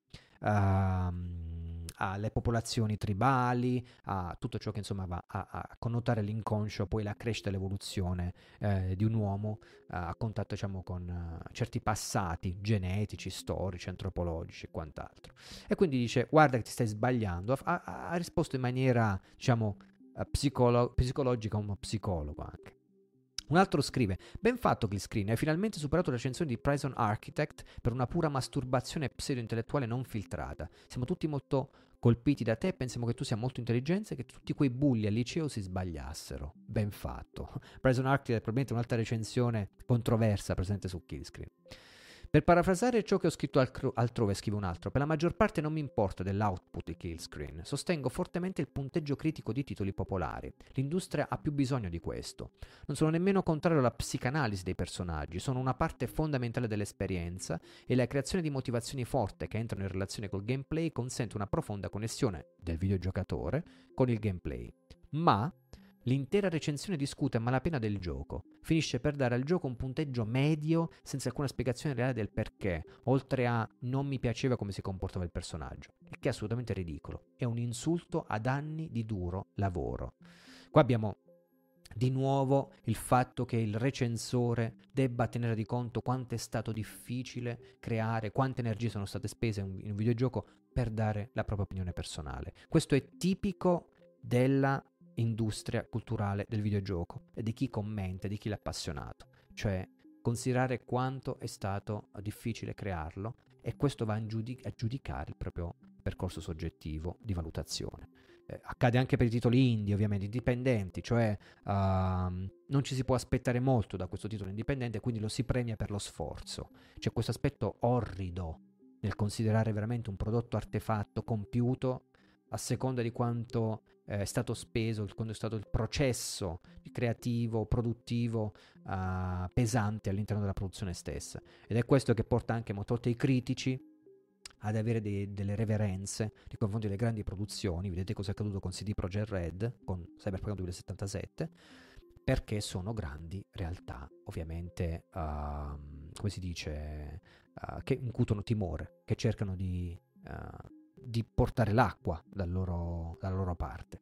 Uh, alle popolazioni tribali, a tutto ciò che insomma va a, a connotare l'inconscio, poi la crescita e l'evoluzione eh, di un uomo eh, a contatto, diciamo, con uh, certi passati genetici, storici, antropologici e quant'altro. E quindi dice, guarda che ti stai sbagliando, ha, ha, ha risposto in maniera, diciamo, uh, psicolo- psicologica, uno psicologo anche. Un altro scrive, ben fatto Kill Screen, hai finalmente superato la recensione di Prison Architect per una pura masturbazione pseudo-intellettuale non filtrata. Siamo tutti molto colpiti da te e pensiamo che tu sia molto intelligente e che tutti quei bulli al liceo si sbagliassero. Ben fatto. Prison Architect è probabilmente un'altra recensione controversa presente su Kill Screen. Per parafrasare ciò che ho scritto altrove, scrive un altro, per la maggior parte non mi importa dell'output di Killscreen, sostengo fortemente il punteggio critico di titoli popolari. L'industria ha più bisogno di questo. Non sono nemmeno contrario alla psicanalisi dei personaggi, sono una parte fondamentale dell'esperienza e la creazione di motivazioni forti che entrano in relazione col gameplay consente una profonda connessione del videogiocatore con il gameplay. Ma l'intera recensione discute a malapena del gioco, finisce per dare al gioco un punteggio medio senza alcuna spiegazione reale del perché, oltre a non mi piaceva come si comportava il personaggio, il che è assolutamente ridicolo, è un insulto ad anni di duro lavoro. Qua abbiamo di nuovo il fatto che il recensore debba tenere di conto quanto è stato difficile creare, quante energie sono state spese in un videogioco per dare la propria opinione personale. Questo è tipico della industria culturale del videogioco e di chi commenta, di chi l'ha appassionato, cioè considerare quanto è stato difficile crearlo, e questo va a, giudic- a giudicare il proprio percorso soggettivo di valutazione. Eh, accade anche per i titoli indie, ovviamente indipendenti, cioè uh, non ci si può aspettare molto da questo titolo indipendente, quindi lo si premia per lo sforzo. C'è questo aspetto orrido nel considerare veramente un prodotto artefatto, compiuto, a seconda di quanto eh, è stato speso, quando è stato il processo creativo, produttivo, uh, pesante all'interno della produzione stessa. Ed è questo che porta anche molte volte i critici ad avere dei, delle reverenze nei confronti delle grandi produzioni. Vedete cosa è accaduto con C D Projekt Red, con Cyberpunk duemilasettantasette, perché sono grandi realtà, ovviamente, uh, come si dice, uh, che incutono timore, che cercano di... Uh, di portare l'acqua dal loro, dalla loro parte.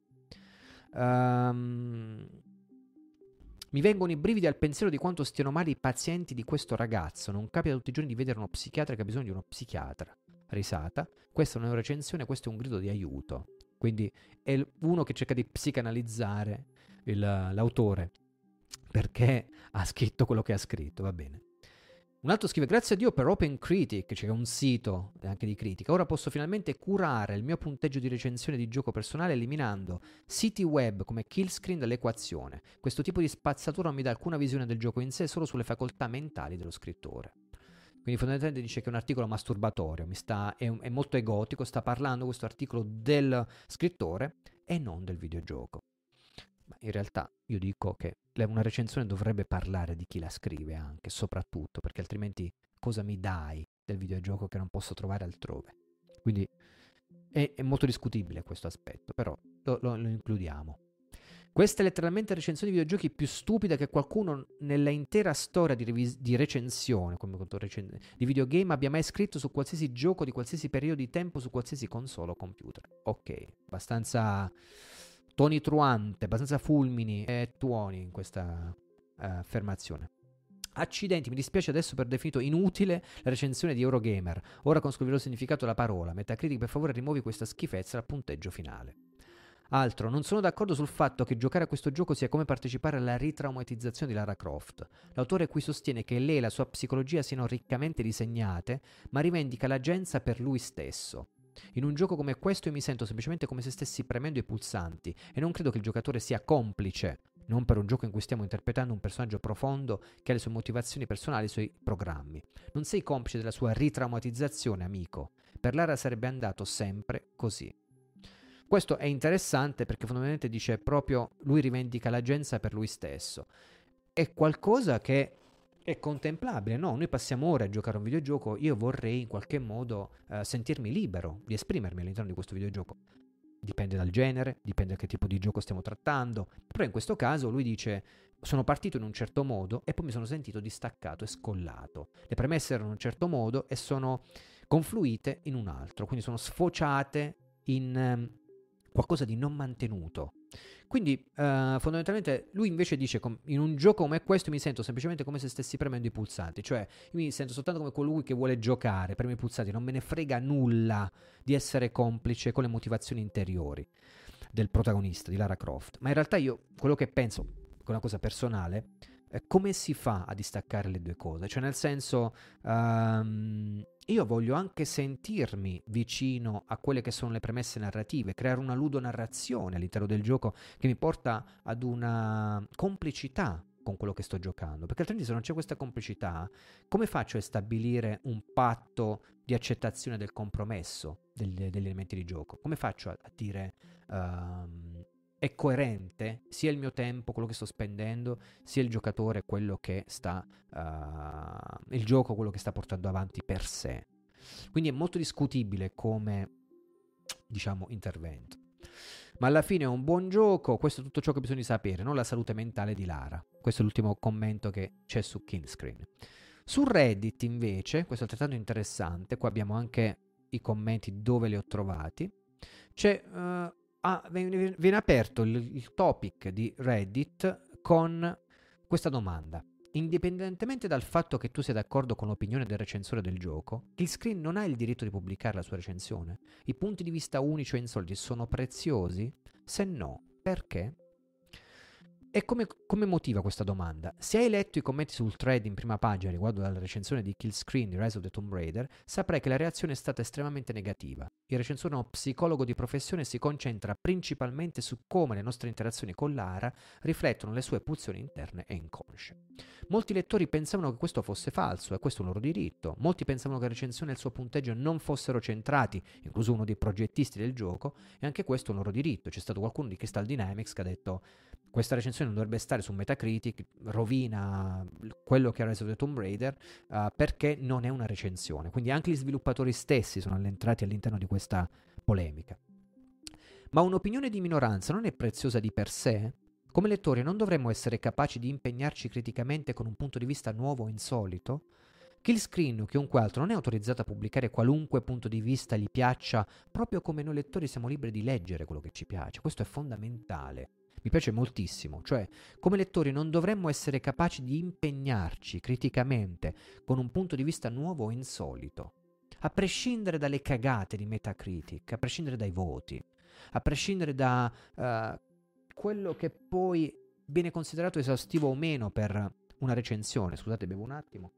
Um, mi vengono i brividi al pensiero di quanto stiano male i pazienti di questo ragazzo. Non capita tutti i giorni di vedere uno psichiatra che ha bisogno di uno psichiatra. Risata. Questa non è una recensione, questo è un grido di aiuto. Quindi è uno che cerca di psicanalizzare il, l'autore perché ha scritto quello che ha scritto, va bene. Un altro scrive, grazie a Dio per OpenCritic, c'è un sito anche di critica, ora posso finalmente curare il mio punteggio di recensione di gioco personale eliminando siti web come Killscreen dall'equazione. Questo tipo di spazzatura non mi dà alcuna visione del gioco in sé, solo sulle facoltà mentali dello scrittore. Quindi fondamentalmente dice che è un articolo masturbatorio, mi sta, è, è molto egotico, sta parlando questo articolo del scrittore e non del videogioco. Ma in realtà io dico che una recensione dovrebbe parlare di chi la scrive anche, soprattutto, perché altrimenti cosa mi dai del videogioco che non posso trovare altrove? Quindi è, è molto discutibile questo aspetto, però lo, lo, lo includiamo. Questa è letteralmente recensione di videogiochi più stupida che qualcuno nella intera storia di, revis- di recensione, come recen- di videogame abbia mai scritto su qualsiasi gioco di qualsiasi periodo di tempo su qualsiasi console o computer. Ok, abbastanza tonitruante, abbastanza fulmini e tuoni in questa uh, affermazione. Accidenti, mi dispiace adesso per definito inutile la recensione di Eurogamer. Ora conosco il vero significato della parola. Metacritic, per favore, rimuovi questa schifezza dal punteggio finale. Altro, non sono d'accordo sul fatto che giocare a questo gioco sia come partecipare alla ritraumatizzazione di Lara Croft. L'autore qui sostiene che lei e la sua psicologia siano riccamente disegnate, ma rivendica l'agenza per lui stesso. In un gioco come questo io mi sento semplicemente come se stessi premendo i pulsanti e non credo che il giocatore sia complice, non per un gioco in cui stiamo interpretando un personaggio profondo che ha le sue motivazioni personali, i suoi programmi. Non sei complice della sua ritraumatizzazione, amico. Per Lara sarebbe andato sempre così. Questo è interessante perché fondamentalmente dice proprio lui rivendica l'agenza per lui stesso. È qualcosa che è contemplabile, no? Noi passiamo ore a giocare a un videogioco, io vorrei in qualche modo eh, sentirmi libero di esprimermi all'interno di questo videogioco. Dipende dal genere, dipende da che tipo di gioco stiamo trattando, però in questo caso lui dice sono partito in un certo modo e poi mi sono sentito distaccato e scollato. Le premesse erano in un certo modo e sono confluite in un altro, quindi sono sfociate in um, qualcosa di non mantenuto. Quindi uh, fondamentalmente lui invece dice com- in un gioco come questo mi sento semplicemente come se stessi premendo i pulsanti, cioè io mi sento soltanto come colui che vuole giocare, preme i pulsanti, non me ne frega nulla di essere complice con le motivazioni interiori del protagonista, di Lara Croft. Ma in realtà io quello che penso, che è una cosa personale, è come si fa a distaccare le due cose? Cioè nel senso, um, io voglio anche sentirmi vicino a quelle che sono le premesse narrative, creare una ludonarrazione all'interno del gioco che mi porta ad una complicità con quello che sto giocando, perché altrimenti se non c'è questa complicità, come faccio a stabilire un patto di accettazione del compromesso degli, degli elementi di gioco? Come faccio a, a dire um, è coerente sia il mio tempo, quello che sto spendendo, sia il giocatore, quello che sta uh, il gioco, quello che sta portando avanti per sé. Quindi è molto discutibile come, diciamo, intervento. Ma alla fine è un buon gioco, questo è tutto ciò che bisogna sapere, non la salute mentale di Lara. Questo è l'ultimo commento che c'è su Killscreen. Su Reddit invece, questo è altrettanto interessante, qua abbiamo anche i commenti dove li ho trovati, c'è, uh, ah, viene, viene aperto il, il topic di Reddit con questa domanda. Indipendentemente dal fatto che tu sia d'accordo con l'opinione del recensore del gioco, Killscreen non ha il diritto di pubblicare la sua recensione? I punti di vista unici e insoliti sono preziosi? Se no, perché? E come, come motiva questa domanda? Se hai letto i commenti sul thread in prima pagina riguardo alla recensione di Killscreen di Rise of the Tomb Raider, saprai che la reazione è stata estremamente negativa. Il recensore, uno psicologo di professione, si concentra principalmente su come le nostre interazioni con Lara riflettono le sue pulsioni interne e inconsce. Molti lettori pensavano che questo fosse falso, e questo è un loro diritto. Molti pensavano che la recensione e il suo punteggio non fossero centrati, incluso uno dei progettisti del gioco, e anche questo è un loro diritto. C'è stato qualcuno di Crystal Dynamics che ha detto questa recensione non dovrebbe stare su Metacritic, rovina quello che è Rise of the Tomb Raider uh, perché non è una recensione. Quindi anche gli sviluppatori stessi sono entrati all'interno di questa polemica. Ma un'opinione di minoranza non è preziosa di per sé? Come lettori non dovremmo essere capaci di impegnarci criticamente con un punto di vista nuovo o insolito? Killscreen o chiunque altro non è autorizzato a pubblicare qualunque punto di vista gli piaccia, proprio come noi lettori siamo liberi di leggere quello che ci piace. Questo è fondamentale. Mi piace moltissimo, cioè come lettori non dovremmo essere capaci di impegnarci criticamente con un punto di vista nuovo o insolito, a prescindere dalle cagate di Metacritic, a prescindere dai voti, a prescindere da uh, quello che poi viene considerato esaustivo o meno per una recensione. Scusate, bevo un attimo.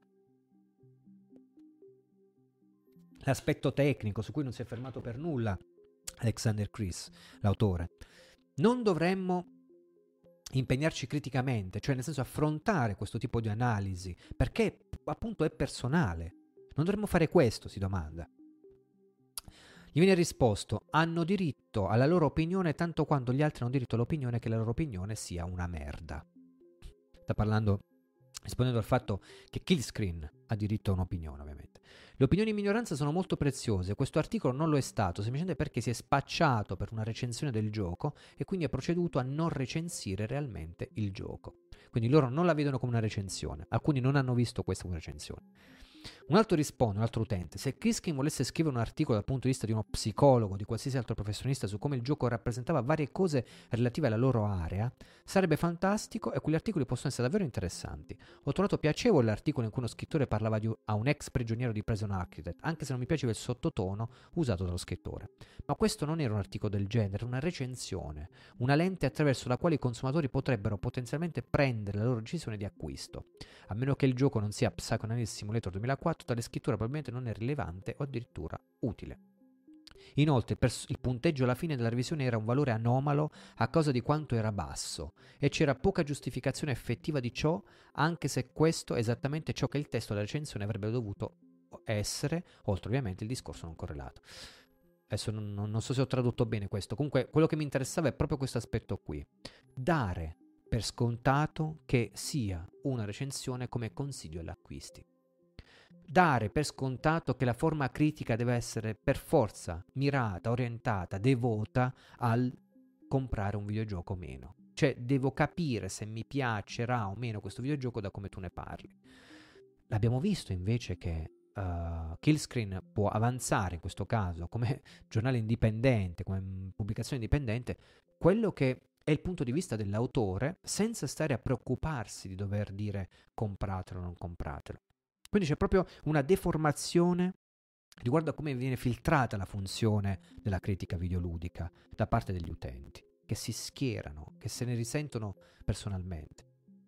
L'aspetto tecnico su cui non si è fermato per nulla Alexander Chris, l'autore. Non dovremmo impegnarci criticamente, cioè nel senso affrontare questo tipo di analisi, perché appunto è personale. Non dovremmo fare questo, si domanda. Gli viene risposto: hanno diritto alla loro opinione tanto quanto gli altri hanno diritto all'opinione che la loro opinione sia una merda. Sta parlando, rispondendo al fatto che Killscreen ha diritto a un'opinione, ovviamente. Le opinioni in minoranza sono molto preziose, questo articolo non lo è stato, semplicemente perché si è spacciato per una recensione del gioco e quindi ha proceduto a non recensire realmente il gioco. Quindi loro non la vedono come una recensione, alcuni non hanno visto questa come recensione. Un altro risponde, un altro utente: se Killscreen volesse scrivere un articolo dal punto di vista di uno psicologo o di qualsiasi altro professionista su come il gioco rappresentava varie cose relative alla loro area, sarebbe fantastico e quegli articoli possono essere davvero interessanti. Ho trovato piacevole l'articolo in cui uno scrittore parlava di, a un ex prigioniero di Prison Architect, anche se non mi piaceva il sottotono usato dallo scrittore. Ma questo non era un articolo del genere, era una recensione, una lente attraverso la quale i consumatori potrebbero potenzialmente prendere la loro decisione di acquisto. A meno che il gioco non sia Psychoanalysis Simulator duemilaquattro, tale scrittura probabilmente non è rilevante o addirittura utile. Inoltre il punteggio alla fine della revisione era un valore anomalo a causa di quanto era basso e c'era poca giustificazione effettiva di ciò, anche se questo è esattamente ciò che il testo della recensione avrebbe dovuto essere, oltre ovviamente il discorso non correlato. Adesso non, non so se ho tradotto bene questo, comunque quello che mi interessava è proprio questo aspetto qui: dare per scontato che sia una recensione come consiglio agli acquisti. Dare per scontato che la forma critica deve essere per forza mirata, orientata, devota al comprare un videogioco o meno. Cioè devo capire se mi piacerà o meno questo videogioco da come tu ne parli. L'abbiamo visto invece che uh, Killscreen può avanzare in questo caso come giornale indipendente, come pubblicazione indipendente, quello che è il punto di vista dell'autore, senza stare a preoccuparsi di dover dire compratelo o non compratelo. Quindi c'è proprio una deformazione riguardo a come viene filtrata la funzione della critica videoludica da parte degli utenti, che si schierano, che se ne risentono personalmente.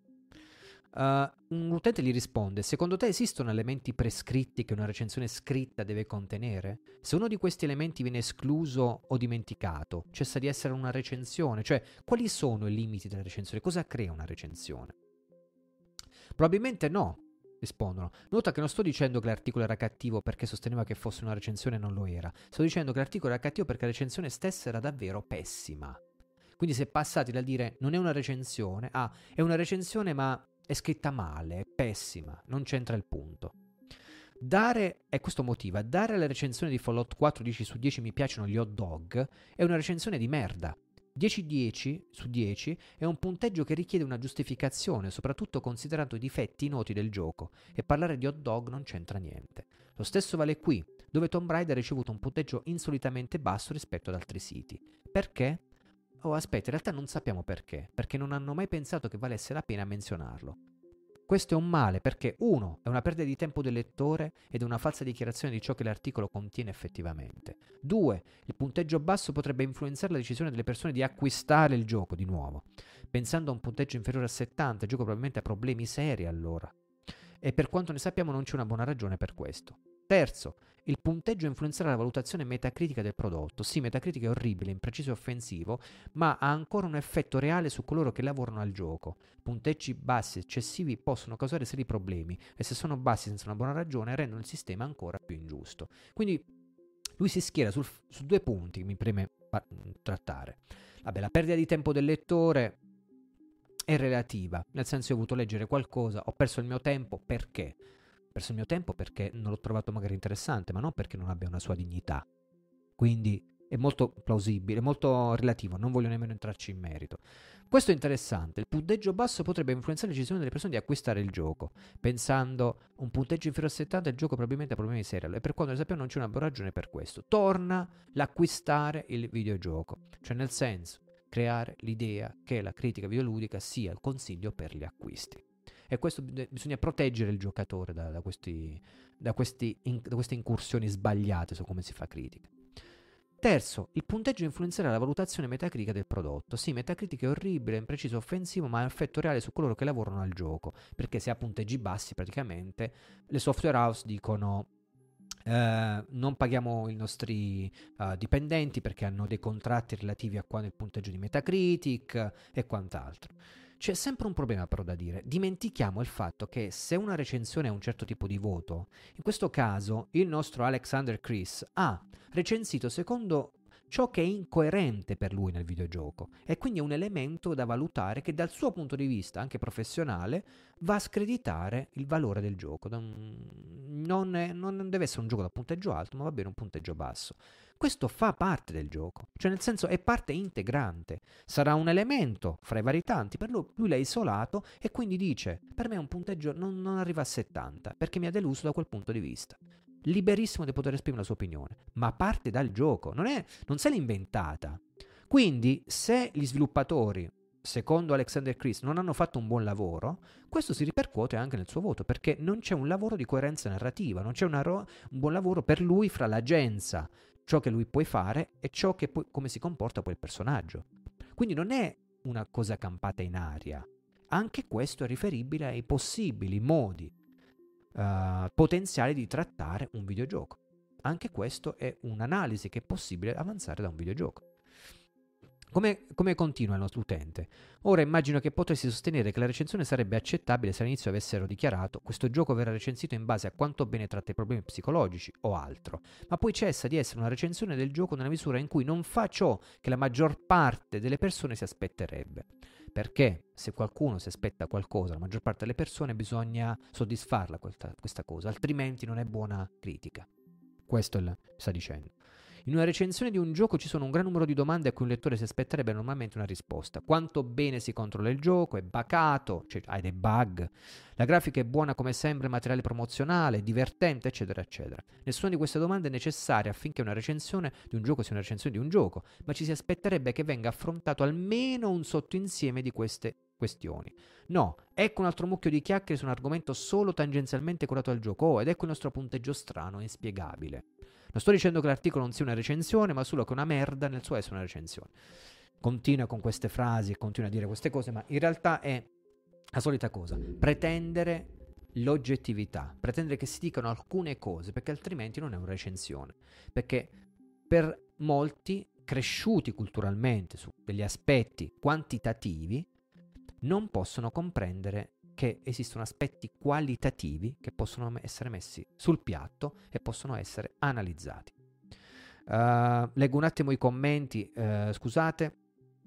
Uh, un utente gli risponde: secondo te esistono elementi prescritti che una recensione scritta deve contenere? Se uno di questi elementi viene escluso o dimenticato, cessa di essere una recensione. Cioè, quali sono i limiti della recensione? Cosa crea una recensione? Probabilmente no, rispondono. Nota che non sto dicendo che l'articolo era cattivo perché sosteneva che fosse una recensione e non lo era. Sto dicendo che l'articolo era cattivo perché la recensione stessa era davvero pessima. Quindi si è passati dal dire non è una recensione a è una recensione ma è scritta male, è pessima, non c'entra il punto. Dare, e questo motiva, dare alla recensione di Fallout quattro dieci su dieci mi piacciono gli hot dog è una recensione di merda. dieci dieci su dieci è un punteggio che richiede una giustificazione, soprattutto considerando i difetti noti del gioco, e parlare di hot dog non c'entra niente. Lo stesso vale qui, dove Tomb Raider ha ricevuto un punteggio insolitamente basso rispetto ad altri siti. Perché? Oh, aspetta, in realtà non sappiamo perché, perché non hanno mai pensato che valesse la pena menzionarlo. Questo è un male perché, uno, è una perdita di tempo del lettore ed è una falsa dichiarazione di ciò che l'articolo contiene effettivamente. Due, il punteggio basso potrebbe influenzare la decisione delle persone di acquistare il gioco di nuovo. Pensando a un punteggio inferiore a settanta, il gioco probabilmente ha problemi seri allora. E per quanto ne sappiamo non c'è una buona ragione per questo. Terzo, il punteggio influenzerà la valutazione metacritica del prodotto. Sì, metacritica è orribile, impreciso e offensivo, ma ha ancora un effetto reale su coloro che lavorano al gioco. Punteggi bassi eccessivi possono causare seri problemi e se sono bassi senza una buona ragione rendono il sistema ancora più ingiusto. Quindi lui si schiera sul, su due punti che mi preme pa- trattare. Vabbè, la perdita di tempo del lettore è relativa, nel senso io ho voluto leggere qualcosa, ho perso il mio tempo, perché? Ho perso il mio tempo perché non l'ho trovato magari interessante, ma non perché non abbia una sua dignità. Quindi è molto plausibile, è molto relativo, non voglio nemmeno entrarci in merito. Questo è interessante, il punteggio basso potrebbe influenzare la decisione delle persone di acquistare il gioco, pensando un punteggio inferiore a settanta il gioco probabilmente ha problemi seri e per quanto ne sappiamo non c'è una buona ragione per questo. Torna l'acquistare il videogioco, cioè nel senso creare l'idea che la critica videoludica sia il consiglio per gli acquisti. E questo bisogna proteggere il giocatore da, da, questi, da, questi in, da queste incursioni sbagliate su come si fa critica. Terzo, il punteggio influenzerà la valutazione metacritica del prodotto. Sì, metacritica è orribile, impreciso, offensivo, ma ha effetto reale su coloro che lavorano al gioco, perché se ha punteggi bassi praticamente le software house dicono Uh, non paghiamo i nostri uh, dipendenti perché hanno dei contratti relativi a quando il punteggio di Metacritic e quant'altro. C'è sempre un problema però da dire. Dimentichiamo il fatto che se una recensione ha un certo tipo di voto, in questo caso il nostro Alexander Chris ha recensito secondo ciò che è incoerente per lui nel videogioco, e quindi è un elemento da valutare che dal suo punto di vista anche professionale va a screditare il valore del gioco. Non, è, non deve essere un gioco da punteggio alto, ma va bene un punteggio basso. Questo fa parte del gioco, cioè nel senso è parte integrante, sarà un elemento fra i vari tanti, per lui, lui l'ha isolato e quindi dice per me un punteggio non, non arriva a settanta perché mi ha deluso da quel punto di vista. Liberissimo di poter esprimere la sua opinione, ma parte dal gioco, non, è, non se l'è inventata. Quindi se gli sviluppatori, secondo Alexander Chris, non hanno fatto un buon lavoro, questo si ripercuote anche nel suo voto, perché non c'è un lavoro di coerenza narrativa, non c'è una ro- un buon lavoro per lui fra l'agenza, ciò che lui può fare e ciò che poi, come si comporta poi il personaggio. Quindi non è una cosa campata in aria. Anche questo è riferibile ai possibili modi uh, potenziali di trattare un videogioco. Anche questo è un'analisi che è possibile avanzare da un videogioco. Come, come continua il nostro utente? Ora immagino che potessi sostenere che la recensione sarebbe accettabile se all'inizio avessero dichiarato questo gioco verrà recensito in base a quanto bene tratta i problemi psicologici o altro, ma poi cessa di essere una recensione del gioco nella misura in cui non fa ciò che la maggior parte delle persone si aspetterebbe. Perché se qualcuno si aspetta qualcosa, la maggior parte delle persone bisogna soddisfarla questa, questa cosa, altrimenti non è buona critica. Questo è il, sta dicendo. In una recensione di un gioco ci sono un gran numero di domande a cui un lettore si aspetterebbe normalmente una risposta. Quanto bene si controlla il gioco? È bacato? Cioè, hai dei bug? La grafica è buona come sempre, il materiale promozionale, è divertente, eccetera, eccetera. Nessuna di queste domande è necessaria affinché una recensione di un gioco sia una recensione di un gioco, ma ci si aspetterebbe che venga affrontato almeno un sottoinsieme di queste questioni. No, ecco un altro mucchio di chiacchiere su un argomento solo tangenzialmente curato al gioco. Oh, ed ecco il nostro punteggio strano e inspiegabile. Non sto dicendo che l'articolo non sia una recensione, ma solo che una merda nel suo essere una recensione. Continua con queste frasi e continua a dire queste cose, ma in realtà è la solita cosa. Pretendere l'oggettività, pretendere che si dicano alcune cose, perché altrimenti non è una recensione. Perché per molti, cresciuti culturalmente su degli aspetti quantitativi, non possono comprendere che esistono aspetti qualitativi che possono essere messi sul piatto e possono essere analizzati. Uh, leggo un attimo i commenti, uh, scusate.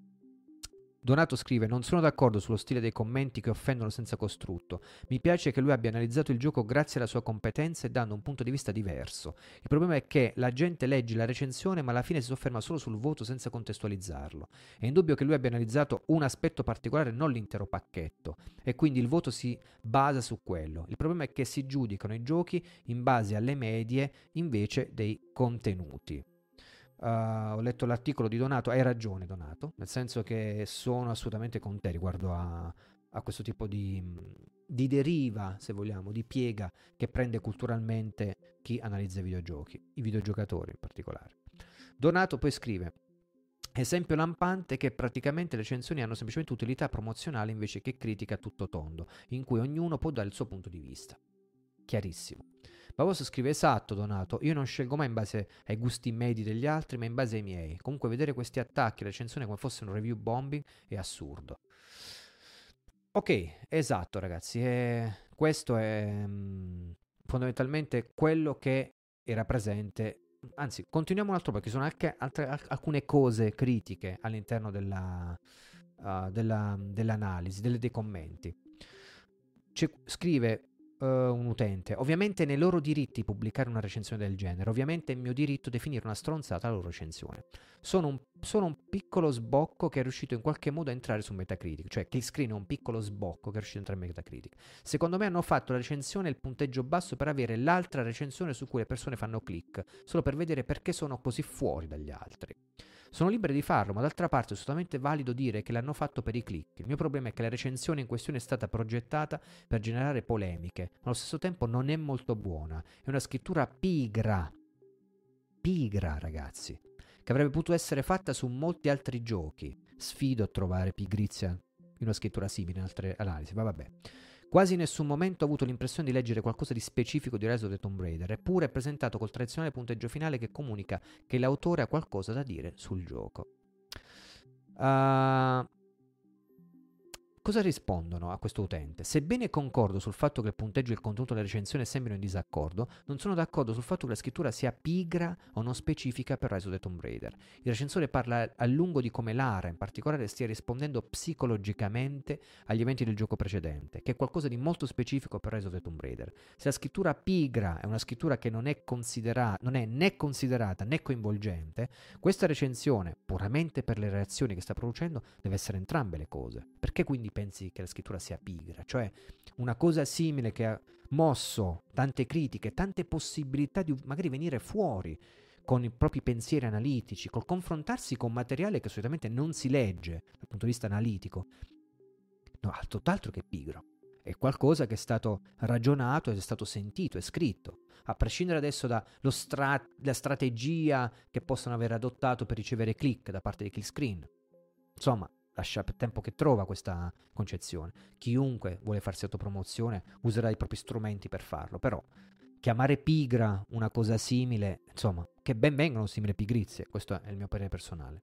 Donato scrive: non sono d'accordo sullo stile dei commenti che offendono senza costrutto. Mi piace che lui abbia analizzato il gioco grazie alla sua competenza e dando un punto di vista diverso. Il problema è che la gente legge la recensione ma alla fine si sofferma solo sul voto senza contestualizzarlo. È indubbio che lui abbia analizzato un aspetto particolare, non l'intero pacchetto, e quindi il voto si basa su quello. Il problema è che si giudicano i giochi in base alle medie invece dei contenuti. Uh, ho letto l'articolo di Donato, hai ragione Donato, nel senso che sono assolutamente con te riguardo a, a questo tipo di, di deriva, se vogliamo, di piega che prende culturalmente chi analizza i videogiochi, i videogiocatori in particolare. Donato poi scrive: esempio lampante che praticamente le recensioni hanno semplicemente utilità promozionale invece che critica a tutto tondo, in cui ognuno può dare il suo punto di vista. Chiarissimo. Bavoso scrive: esatto Donato, io non scelgo mai in base ai gusti medi degli altri ma in base ai miei. Comunque vedere questi attacchi, le recensioni come fossero review bombing è assurdo. Ok, esatto ragazzi, e questo è mh, fondamentalmente quello che era presente. Anzi, continuiamo un altro po', perché ci sono anche altre, alcune cose critiche all'interno della, uh, della, dell'analisi, delle, dei commenti. C'è, scrive uh, un utente: ovviamente è nei loro diritti pubblicare una recensione del genere, ovviamente è mio diritto definire una stronzata la loro recensione. Sono un, sono un piccolo sbocco che è riuscito in qualche modo a entrare su Metacritic, cioè Clickscreen è un piccolo sbocco che è riuscito a entrare in Metacritic. Secondo me hanno fatto la recensione e il punteggio basso per avere l'altra recensione su cui le persone fanno click, solo per vedere perché sono così fuori dagli altri. Sono liberi di farlo, ma d'altra parte è assolutamente valido dire che l'hanno fatto per i click. Il mio problema è che la recensione in questione è stata progettata per generare polemiche, ma allo stesso tempo non è molto buona. È una scrittura pigra. Pigra, ragazzi. Che avrebbe potuto essere fatta su molti altri giochi. Sfido a trovare pigrizia in una scrittura simile in altre analisi, ma vabbè. Quasi in nessun momento ho avuto l'impressione di leggere qualcosa di specifico di Rise of the Tomb Raider, eppure è presentato col tradizionale punteggio finale che comunica che l'autore ha qualcosa da dire sul gioco. Uh, cosa rispondono a questo utente? Sebbene concordo sul fatto che il punteggio e il contenuto della recensione sembrino in disaccordo, non sono d'accordo sul fatto che la scrittura sia pigra o non specifica per Rise of the Tomb Raider. Il recensore parla a lungo di come Lara, in particolare, stia rispondendo psicologicamente agli eventi del gioco precedente, che è qualcosa di molto specifico per Rise of the Tomb Raider. Se la scrittura pigra è una scrittura che non è, considera- non è né considerata né coinvolgente, questa recensione, puramente per le reazioni che sta producendo, deve essere entrambe le cose. Perché quindi pensi che la scrittura sia pigra? Cioè, una cosa simile che ha mosso tante critiche, tante possibilità di magari venire fuori con i propri pensieri analitici, col confrontarsi con materiale che solitamente non si legge dal punto di vista analitico. No, tutt'altro che pigro. È qualcosa che è stato ragionato, è stato sentito, è scritto. A prescindere adesso dalla stra- strategia che possono aver adottato per ricevere click da parte di Killscreen. Insomma, lascia per tempo che trova questa concezione. Chiunque vuole farsi autopromozione userà i propri strumenti per farlo, però chiamare pigra una cosa simile, insomma, che ben vengano simili pigrizie, questo è il mio parere personale.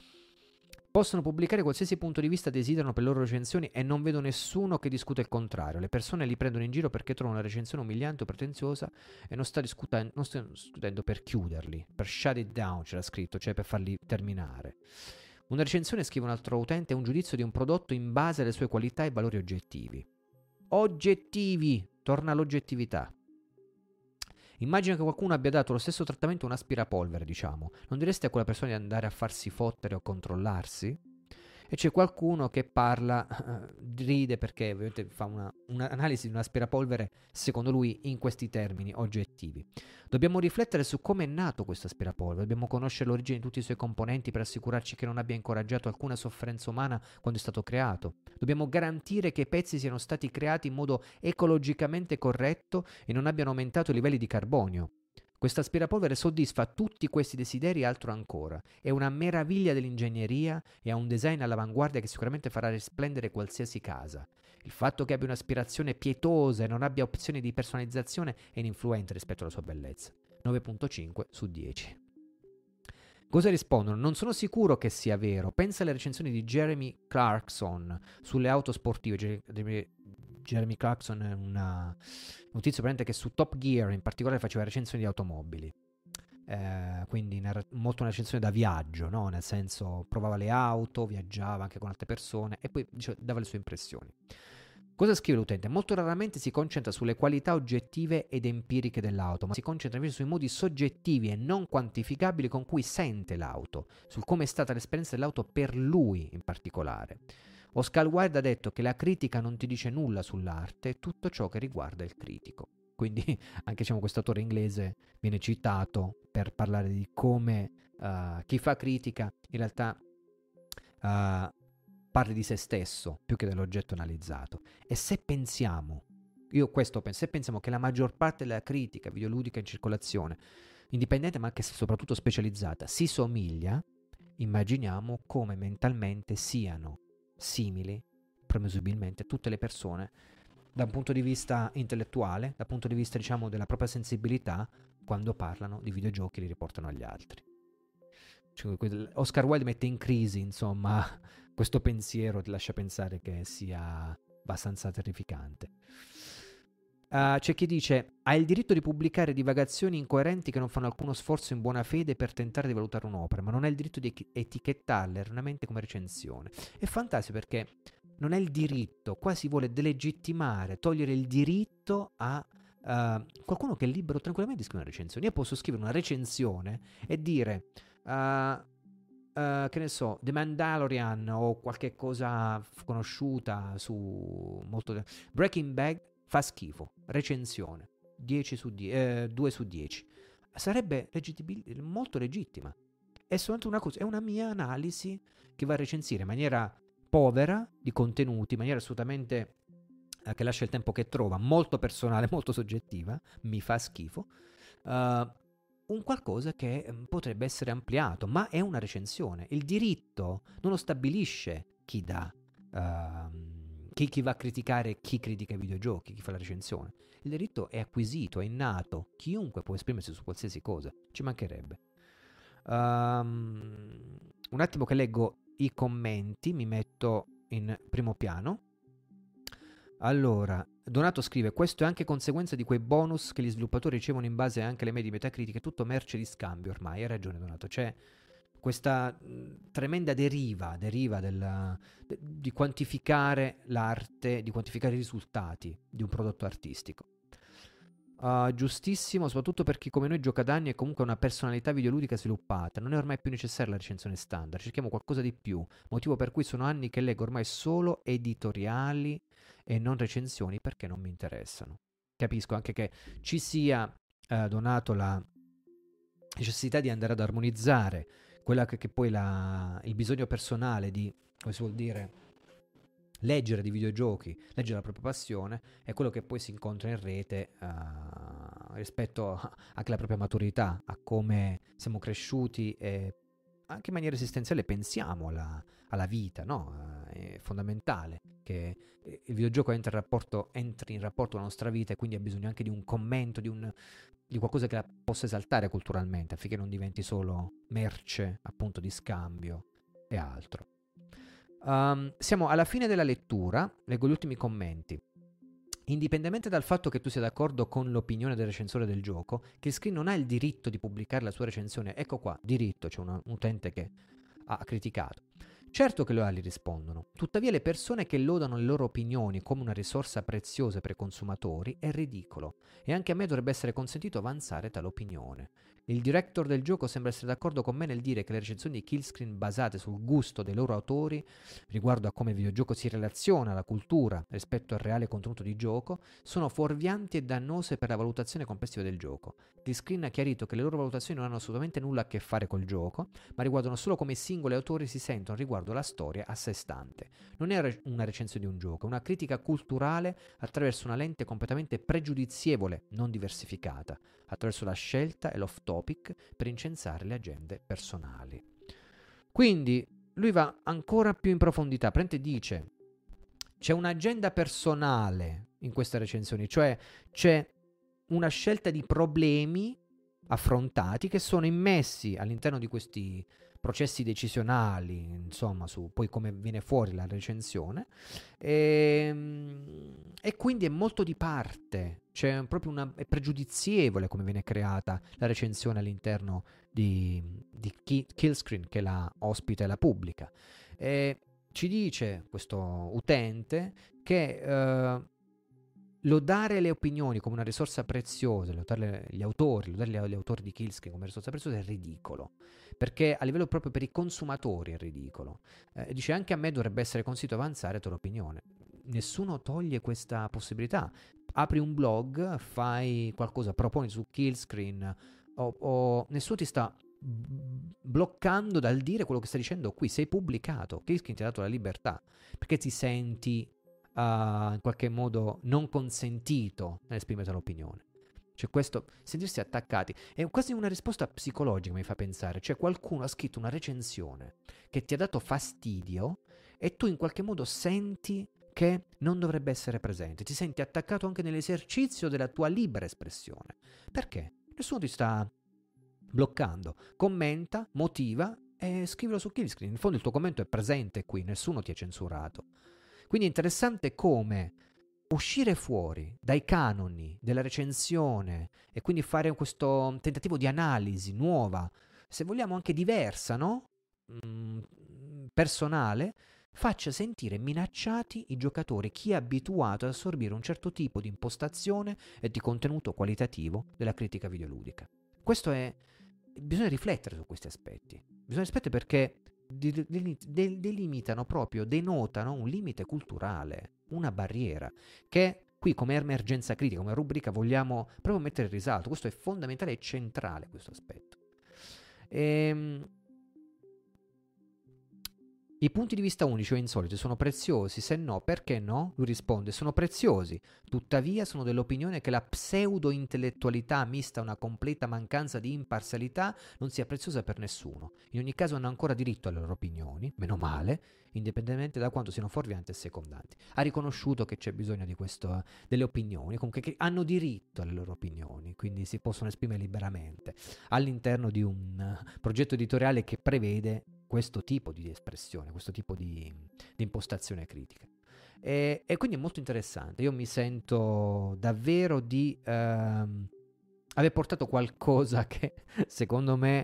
Possono pubblicare qualsiasi punto di vista desiderano per le loro recensioni e non vedo nessuno che discute il contrario. Le persone li prendono in giro perché trovano una recensione umiliante o pretenziosa e non sta discutendo, non sta discutendo per chiuderli, per shut it down, c'era scritto, cioè per farli terminare. Una recensione, scrive un altro utente, è un giudizio di un prodotto in base alle sue qualità e valori oggettivi. Oggettivi! Torna all'oggettività. Immagina che qualcuno abbia dato lo stesso trattamento a un aspirapolvere, diciamo. Non direste a quella persona di andare a farsi fottere o controllarsi? E c'è qualcuno che parla, ride perché ovviamente fa una, un'analisi di un aspirapolvere secondo lui in questi termini oggettivi. Dobbiamo riflettere su come è nato questo aspirapolvere, dobbiamo conoscere l'origine di tutti i suoi componenti per assicurarci che non abbia incoraggiato alcuna sofferenza umana quando è stato creato. Dobbiamo garantire che i pezzi siano stati creati in modo ecologicamente corretto e non abbiano aumentato i livelli di carbonio. Questo aspirapolvere soddisfa tutti questi desideri e altro ancora. È una meraviglia dell'ingegneria e ha un design all'avanguardia che sicuramente farà risplendere qualsiasi casa. Il fatto che abbia un'aspirazione pietosa e non abbia opzioni di personalizzazione è ininfluente rispetto alla sua bellezza. nove virgola cinque su dieci. Cosa rispondono? Non sono sicuro che sia vero. Pensa alle recensioni di Jeremy Clarkson sulle auto sportive. Jeremy Clarkson è una, un tizio che su Top Gear in particolare faceva recensioni di automobili. Eh, quindi narra- molto una recensione da viaggio, no? Nel senso provava le auto, viaggiava anche con altre persone e poi dice, dava le sue impressioni. Cosa scrive l'utente? Molto raramente si concentra sulle qualità oggettive ed empiriche dell'auto, ma si concentra invece sui modi soggettivi e non quantificabili con cui sente l'auto, sul come è stata l'esperienza dell'auto per lui in particolare. Oscar Wilde ha detto che la critica non ti dice nulla sull'arte, è tutto ciò che riguarda il critico. Quindi anche diciamo, questo autore inglese viene citato per parlare di come uh, chi fa critica in realtà uh, parli di se stesso più che dell'oggetto analizzato. E se pensiamo, io questo penso, se pensiamo che la maggior parte della critica videoludica in circolazione, indipendente ma anche soprattutto specializzata, si somiglia, immaginiamo come mentalmente siano simili, presumibilmente, tutte le persone da un punto di vista intellettuale, dal punto di vista diciamo della propria sensibilità, quando parlano di videogiochi e li riportano agli altri. Cioè, Oscar Wilde mette in crisi, insomma, questo pensiero, ti lascia pensare che sia abbastanza terrificante. Uh, c'è chi dice: hai il diritto di pubblicare divagazioni incoerenti che non fanno alcuno sforzo in buona fede per tentare di valutare un'opera, ma non hai il diritto di etichettarle erroneamente come recensione. È fantastico perché non è il diritto, qua si vuole delegittimare, togliere il diritto a uh, qualcuno che è libero tranquillamente di scrivere una recensione. Io posso scrivere una recensione e dire uh, Uh, che ne so, The Mandalorian o qualche cosa conosciuta su molto Breaking Bad fa schifo, recensione dieci su dieci, eh, due su dieci, sarebbe legittibil- molto legittima, è soltanto una cosa, è una mia analisi che va a recensire in maniera povera di contenuti, in maniera assolutamente eh, che lascia il tempo che trova, molto personale, molto soggettiva, mi fa schifo, uh, un qualcosa che potrebbe essere ampliato, ma è una recensione. Il diritto non lo stabilisce chi dà, uh, chi, chi va a criticare, chi critica i videogiochi, chi fa la recensione. Il diritto è acquisito, è innato, chiunque può esprimersi su qualsiasi cosa, ci mancherebbe. Um, un attimo che leggo i commenti, mi metto in primo piano. Allora, Donato scrive: questo è anche conseguenza di quei bonus che gli sviluppatori ricevono in base anche alle medie metacritiche, tutto merce di scambio ormai. Hai ragione, Donato. C'è questa mh, tremenda deriva, deriva della- de- di quantificare l'arte, di quantificare i risultati di un prodotto artistico. Uh, giustissimo, soprattutto per chi come noi gioca da anni e comunque ha una personalità videoludica sviluppata. Non è ormai più necessaria la recensione standard, cerchiamo qualcosa di più. Motivo per cui sono anni che leggo ormai solo editoriali e non recensioni perché non mi interessano. Capisco anche che ci sia eh, Donato la necessità di andare ad armonizzare quella che, che poi la, il bisogno personale di, come si vuol dire, leggere di videogiochi, leggere la propria passione, è quello che poi si incontra in rete uh, rispetto a, anche alla propria maturità, a come siamo cresciuti e anche in maniera esistenziale pensiamo alla, alla vita, no? Uh, è fondamentale che il videogioco entri in, rapporto, entri in rapporto con la nostra vita e quindi ha bisogno anche di un commento, di, un, di qualcosa che la possa esaltare culturalmente, affinché non diventi solo merce appunto di scambio e altro. Um, siamo alla fine della lettura, leggo gli ultimi commenti. Indipendentemente dal fatto che tu sia d'accordo con l'opinione del recensore del gioco, Killscreen non ha il diritto di pubblicare la sua recensione. Ecco qua, diritto, c'è un utente che ha criticato. Certo che lo ha, gli rispondono. Tuttavia le persone che lodano le loro opinioni come una risorsa preziosa per i consumatori è ridicolo, e anche a me dovrebbe essere consentito avanzare tale opinione. Il director del gioco sembra essere d'accordo con me nel dire che le recensioni di Killscreen basate sul gusto dei loro autori riguardo a come il videogioco si relaziona alla cultura rispetto al reale contenuto di gioco sono fuorvianti e dannose per la valutazione complessiva del gioco. Killscreen ha chiarito che le loro valutazioni non hanno assolutamente nulla a che fare col gioco, ma riguardano solo come i singoli autori si sentono riguardo alla storia a sé stante. Non è una recensione di un gioco, è una critica culturale attraverso una lente completamente pregiudizievole, non diversificata, attraverso la scelta e l'off topic per incensare le agende personali. Quindi lui va ancora più in profondità, prende dice c'è un'agenda personale in queste recensioni, cioè c'è una scelta di problemi affrontati che sono immessi all'interno di questi processi decisionali, insomma, su poi come viene fuori la recensione, e, e quindi è molto di parte, c'è proprio una, è pregiudizievole come viene creata la recensione all'interno di, di Killscreen, che la ospita e la pubblica. E ci dice questo utente che eh, lodare le opinioni come una risorsa preziosa, lodare gli autori, lodare gli autori di Killscreen come risorsa preziosa è ridicolo, perché a livello proprio per i consumatori è ridicolo. Eh, dice anche a me dovrebbe essere consentito avanzare la tua opinione. Nessuno toglie questa possibilità. Apri un blog, fai qualcosa, proponi su Killscreen o, o nessuno ti sta bloccando dal dire quello che stai dicendo qui. Sei pubblicato, Killscreen ti ha dato la libertà, perché ti senti uh, in qualche modo non consentito nell'esprimere l'opinione. Cioè questo, sentirsi attaccati, è quasi una risposta psicologica, mi fa pensare. Cioè qualcuno ha scritto una recensione che ti ha dato fastidio e tu in qualche modo senti che non dovrebbe essere presente, ti senti attaccato anche nell'esercizio della tua libera espressione. Perché? Nessuno ti sta bloccando. Commenta, motiva e scrivilo su Killscreen. In fondo il tuo commento è presente qui, nessuno ti ha censurato. Quindi è interessante come uscire fuori dai canoni della recensione e quindi fare questo tentativo di analisi nuova, se vogliamo anche diversa, no? Mm, personale, faccia sentire minacciati i giocatori, chi è abituato ad assorbire un certo tipo di impostazione e di contenuto qualitativo della critica videoludica. Questo è... Bisogna riflettere su questi aspetti. Bisogna riflettere perché delimitano proprio, denotano un limite culturale, una barriera, che qui come emergenza critica, come rubrica vogliamo proprio mettere in risalto. Questo è fondamentale e centrale, questo aspetto. Ehm... I punti di vista unici o insoliti sono preziosi, se no, perché no? Lui risponde, sono preziosi, tuttavia sono dell'opinione che la pseudo-intellettualità mista a una completa mancanza di imparzialità non sia preziosa per nessuno. In ogni caso hanno ancora diritto alle loro opinioni, meno male, indipendentemente da quanto siano fuorvianti e secondanti. Ha riconosciuto che c'è bisogno di questo, delle opinioni, comunque che hanno diritto alle loro opinioni, quindi si possono esprimere liberamente all'interno di un progetto editoriale che prevede questo tipo di espressione, questo tipo di, di impostazione critica. E, e quindi è molto interessante. Io mi sento davvero di ehm, aver portato qualcosa che secondo me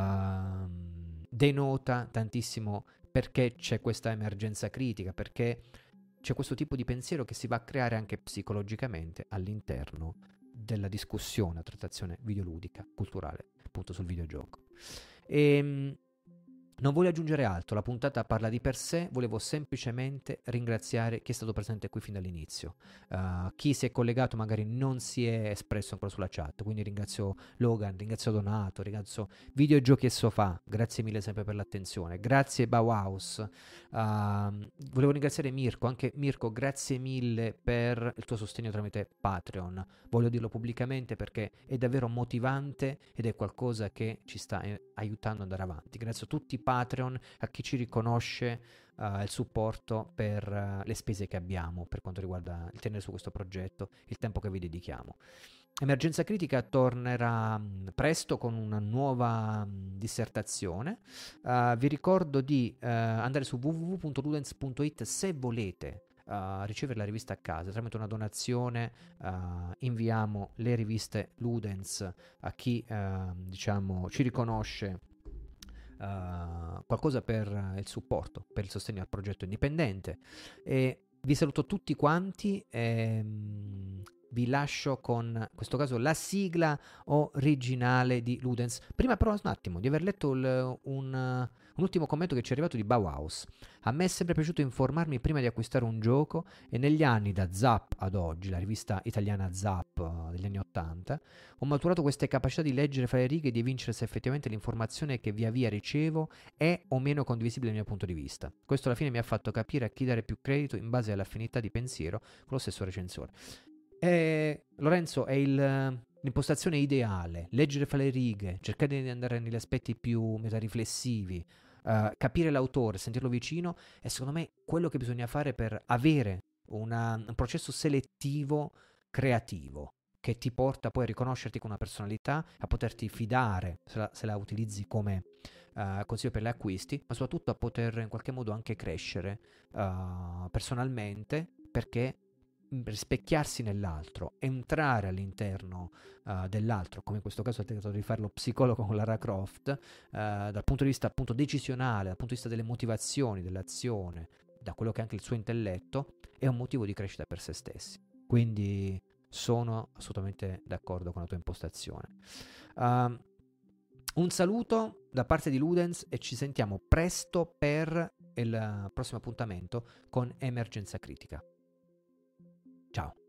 ehm, denota tantissimo perché c'è questa emergenza critica, perché c'è questo tipo di pensiero che si va a creare anche psicologicamente all'interno della discussione, la trattazione videoludica, culturale, appunto sul videogioco. E non voglio aggiungere altro, la puntata parla di per sé, volevo semplicemente ringraziare chi è stato presente qui fin dall'inizio. Uh, chi si è collegato magari non si è espresso ancora sulla chat, quindi ringrazio Logan, ringrazio Donato, ringrazio Videogiochi e Sofà, grazie mille sempre per l'attenzione, grazie Bauhaus, uh, volevo ringraziare Mirko, anche Mirko grazie mille per il tuo sostegno tramite Patreon, voglio dirlo pubblicamente perché è davvero motivante ed è qualcosa che ci sta eh, aiutando ad andare avanti. Grazie a tutti i Patreon, a chi ci riconosce uh, il supporto per uh, le spese che abbiamo per quanto riguarda il tenere su questo progetto, il tempo che vi dedichiamo. Emergenza Critica tornerà mh, presto con una nuova mh, dissertazione. Uh, vi ricordo di uh, andare su w w w punto ludens punto it se volete Uh, ricevere la rivista a casa tramite una donazione. Uh, inviamo le riviste Ludens a chi uh, diciamo ci riconosce uh, qualcosa per il supporto, per il sostegno al progetto indipendente. E vi saluto tutti quanti e um, vi lascio con, in questo caso, la sigla originale di Ludens. Prima però un attimo di aver letto il, un... Un ultimo commento che ci è arrivato di Bauhaus. A me è sempre piaciuto informarmi prima di acquistare un gioco e negli anni da Zap ad oggi, la rivista italiana Zap uh, degli anni ottanta, ho maturato queste capacità di leggere fra le righe e di vincere se effettivamente l'informazione che via via ricevo è o meno condivisibile dal mio punto di vista. Questo alla fine mi ha fatto capire a chi dare più credito in base all'affinità di pensiero con lo stesso recensore. E Lorenzo è il, l'impostazione ideale, leggere fra le righe, cercare di andare negli aspetti più metariflessivi, Uh, capire l'autore, sentirlo vicino, è secondo me quello che bisogna fare per avere una, un processo selettivo creativo che ti porta poi a riconoscerti con una personalità, a poterti fidare se la, se la utilizzi come uh, consiglio per gli acquisti, ma soprattutto a poter in qualche modo anche crescere uh, personalmente, perché rispecchiarsi nell'altro, entrare all'interno uh, dell'altro, come in questo caso ha tentato di fare lo psicologo con Lara Croft, uh, dal punto di vista appunto decisionale, dal punto di vista delle motivazioni, dell'azione, da quello che è anche il suo intelletto, è un motivo di crescita per se stessi. Quindi sono assolutamente d'accordo con la tua impostazione. Uh, un saluto da parte di Ludens e ci sentiamo presto per il prossimo appuntamento con Emergenza Critica. Ciao.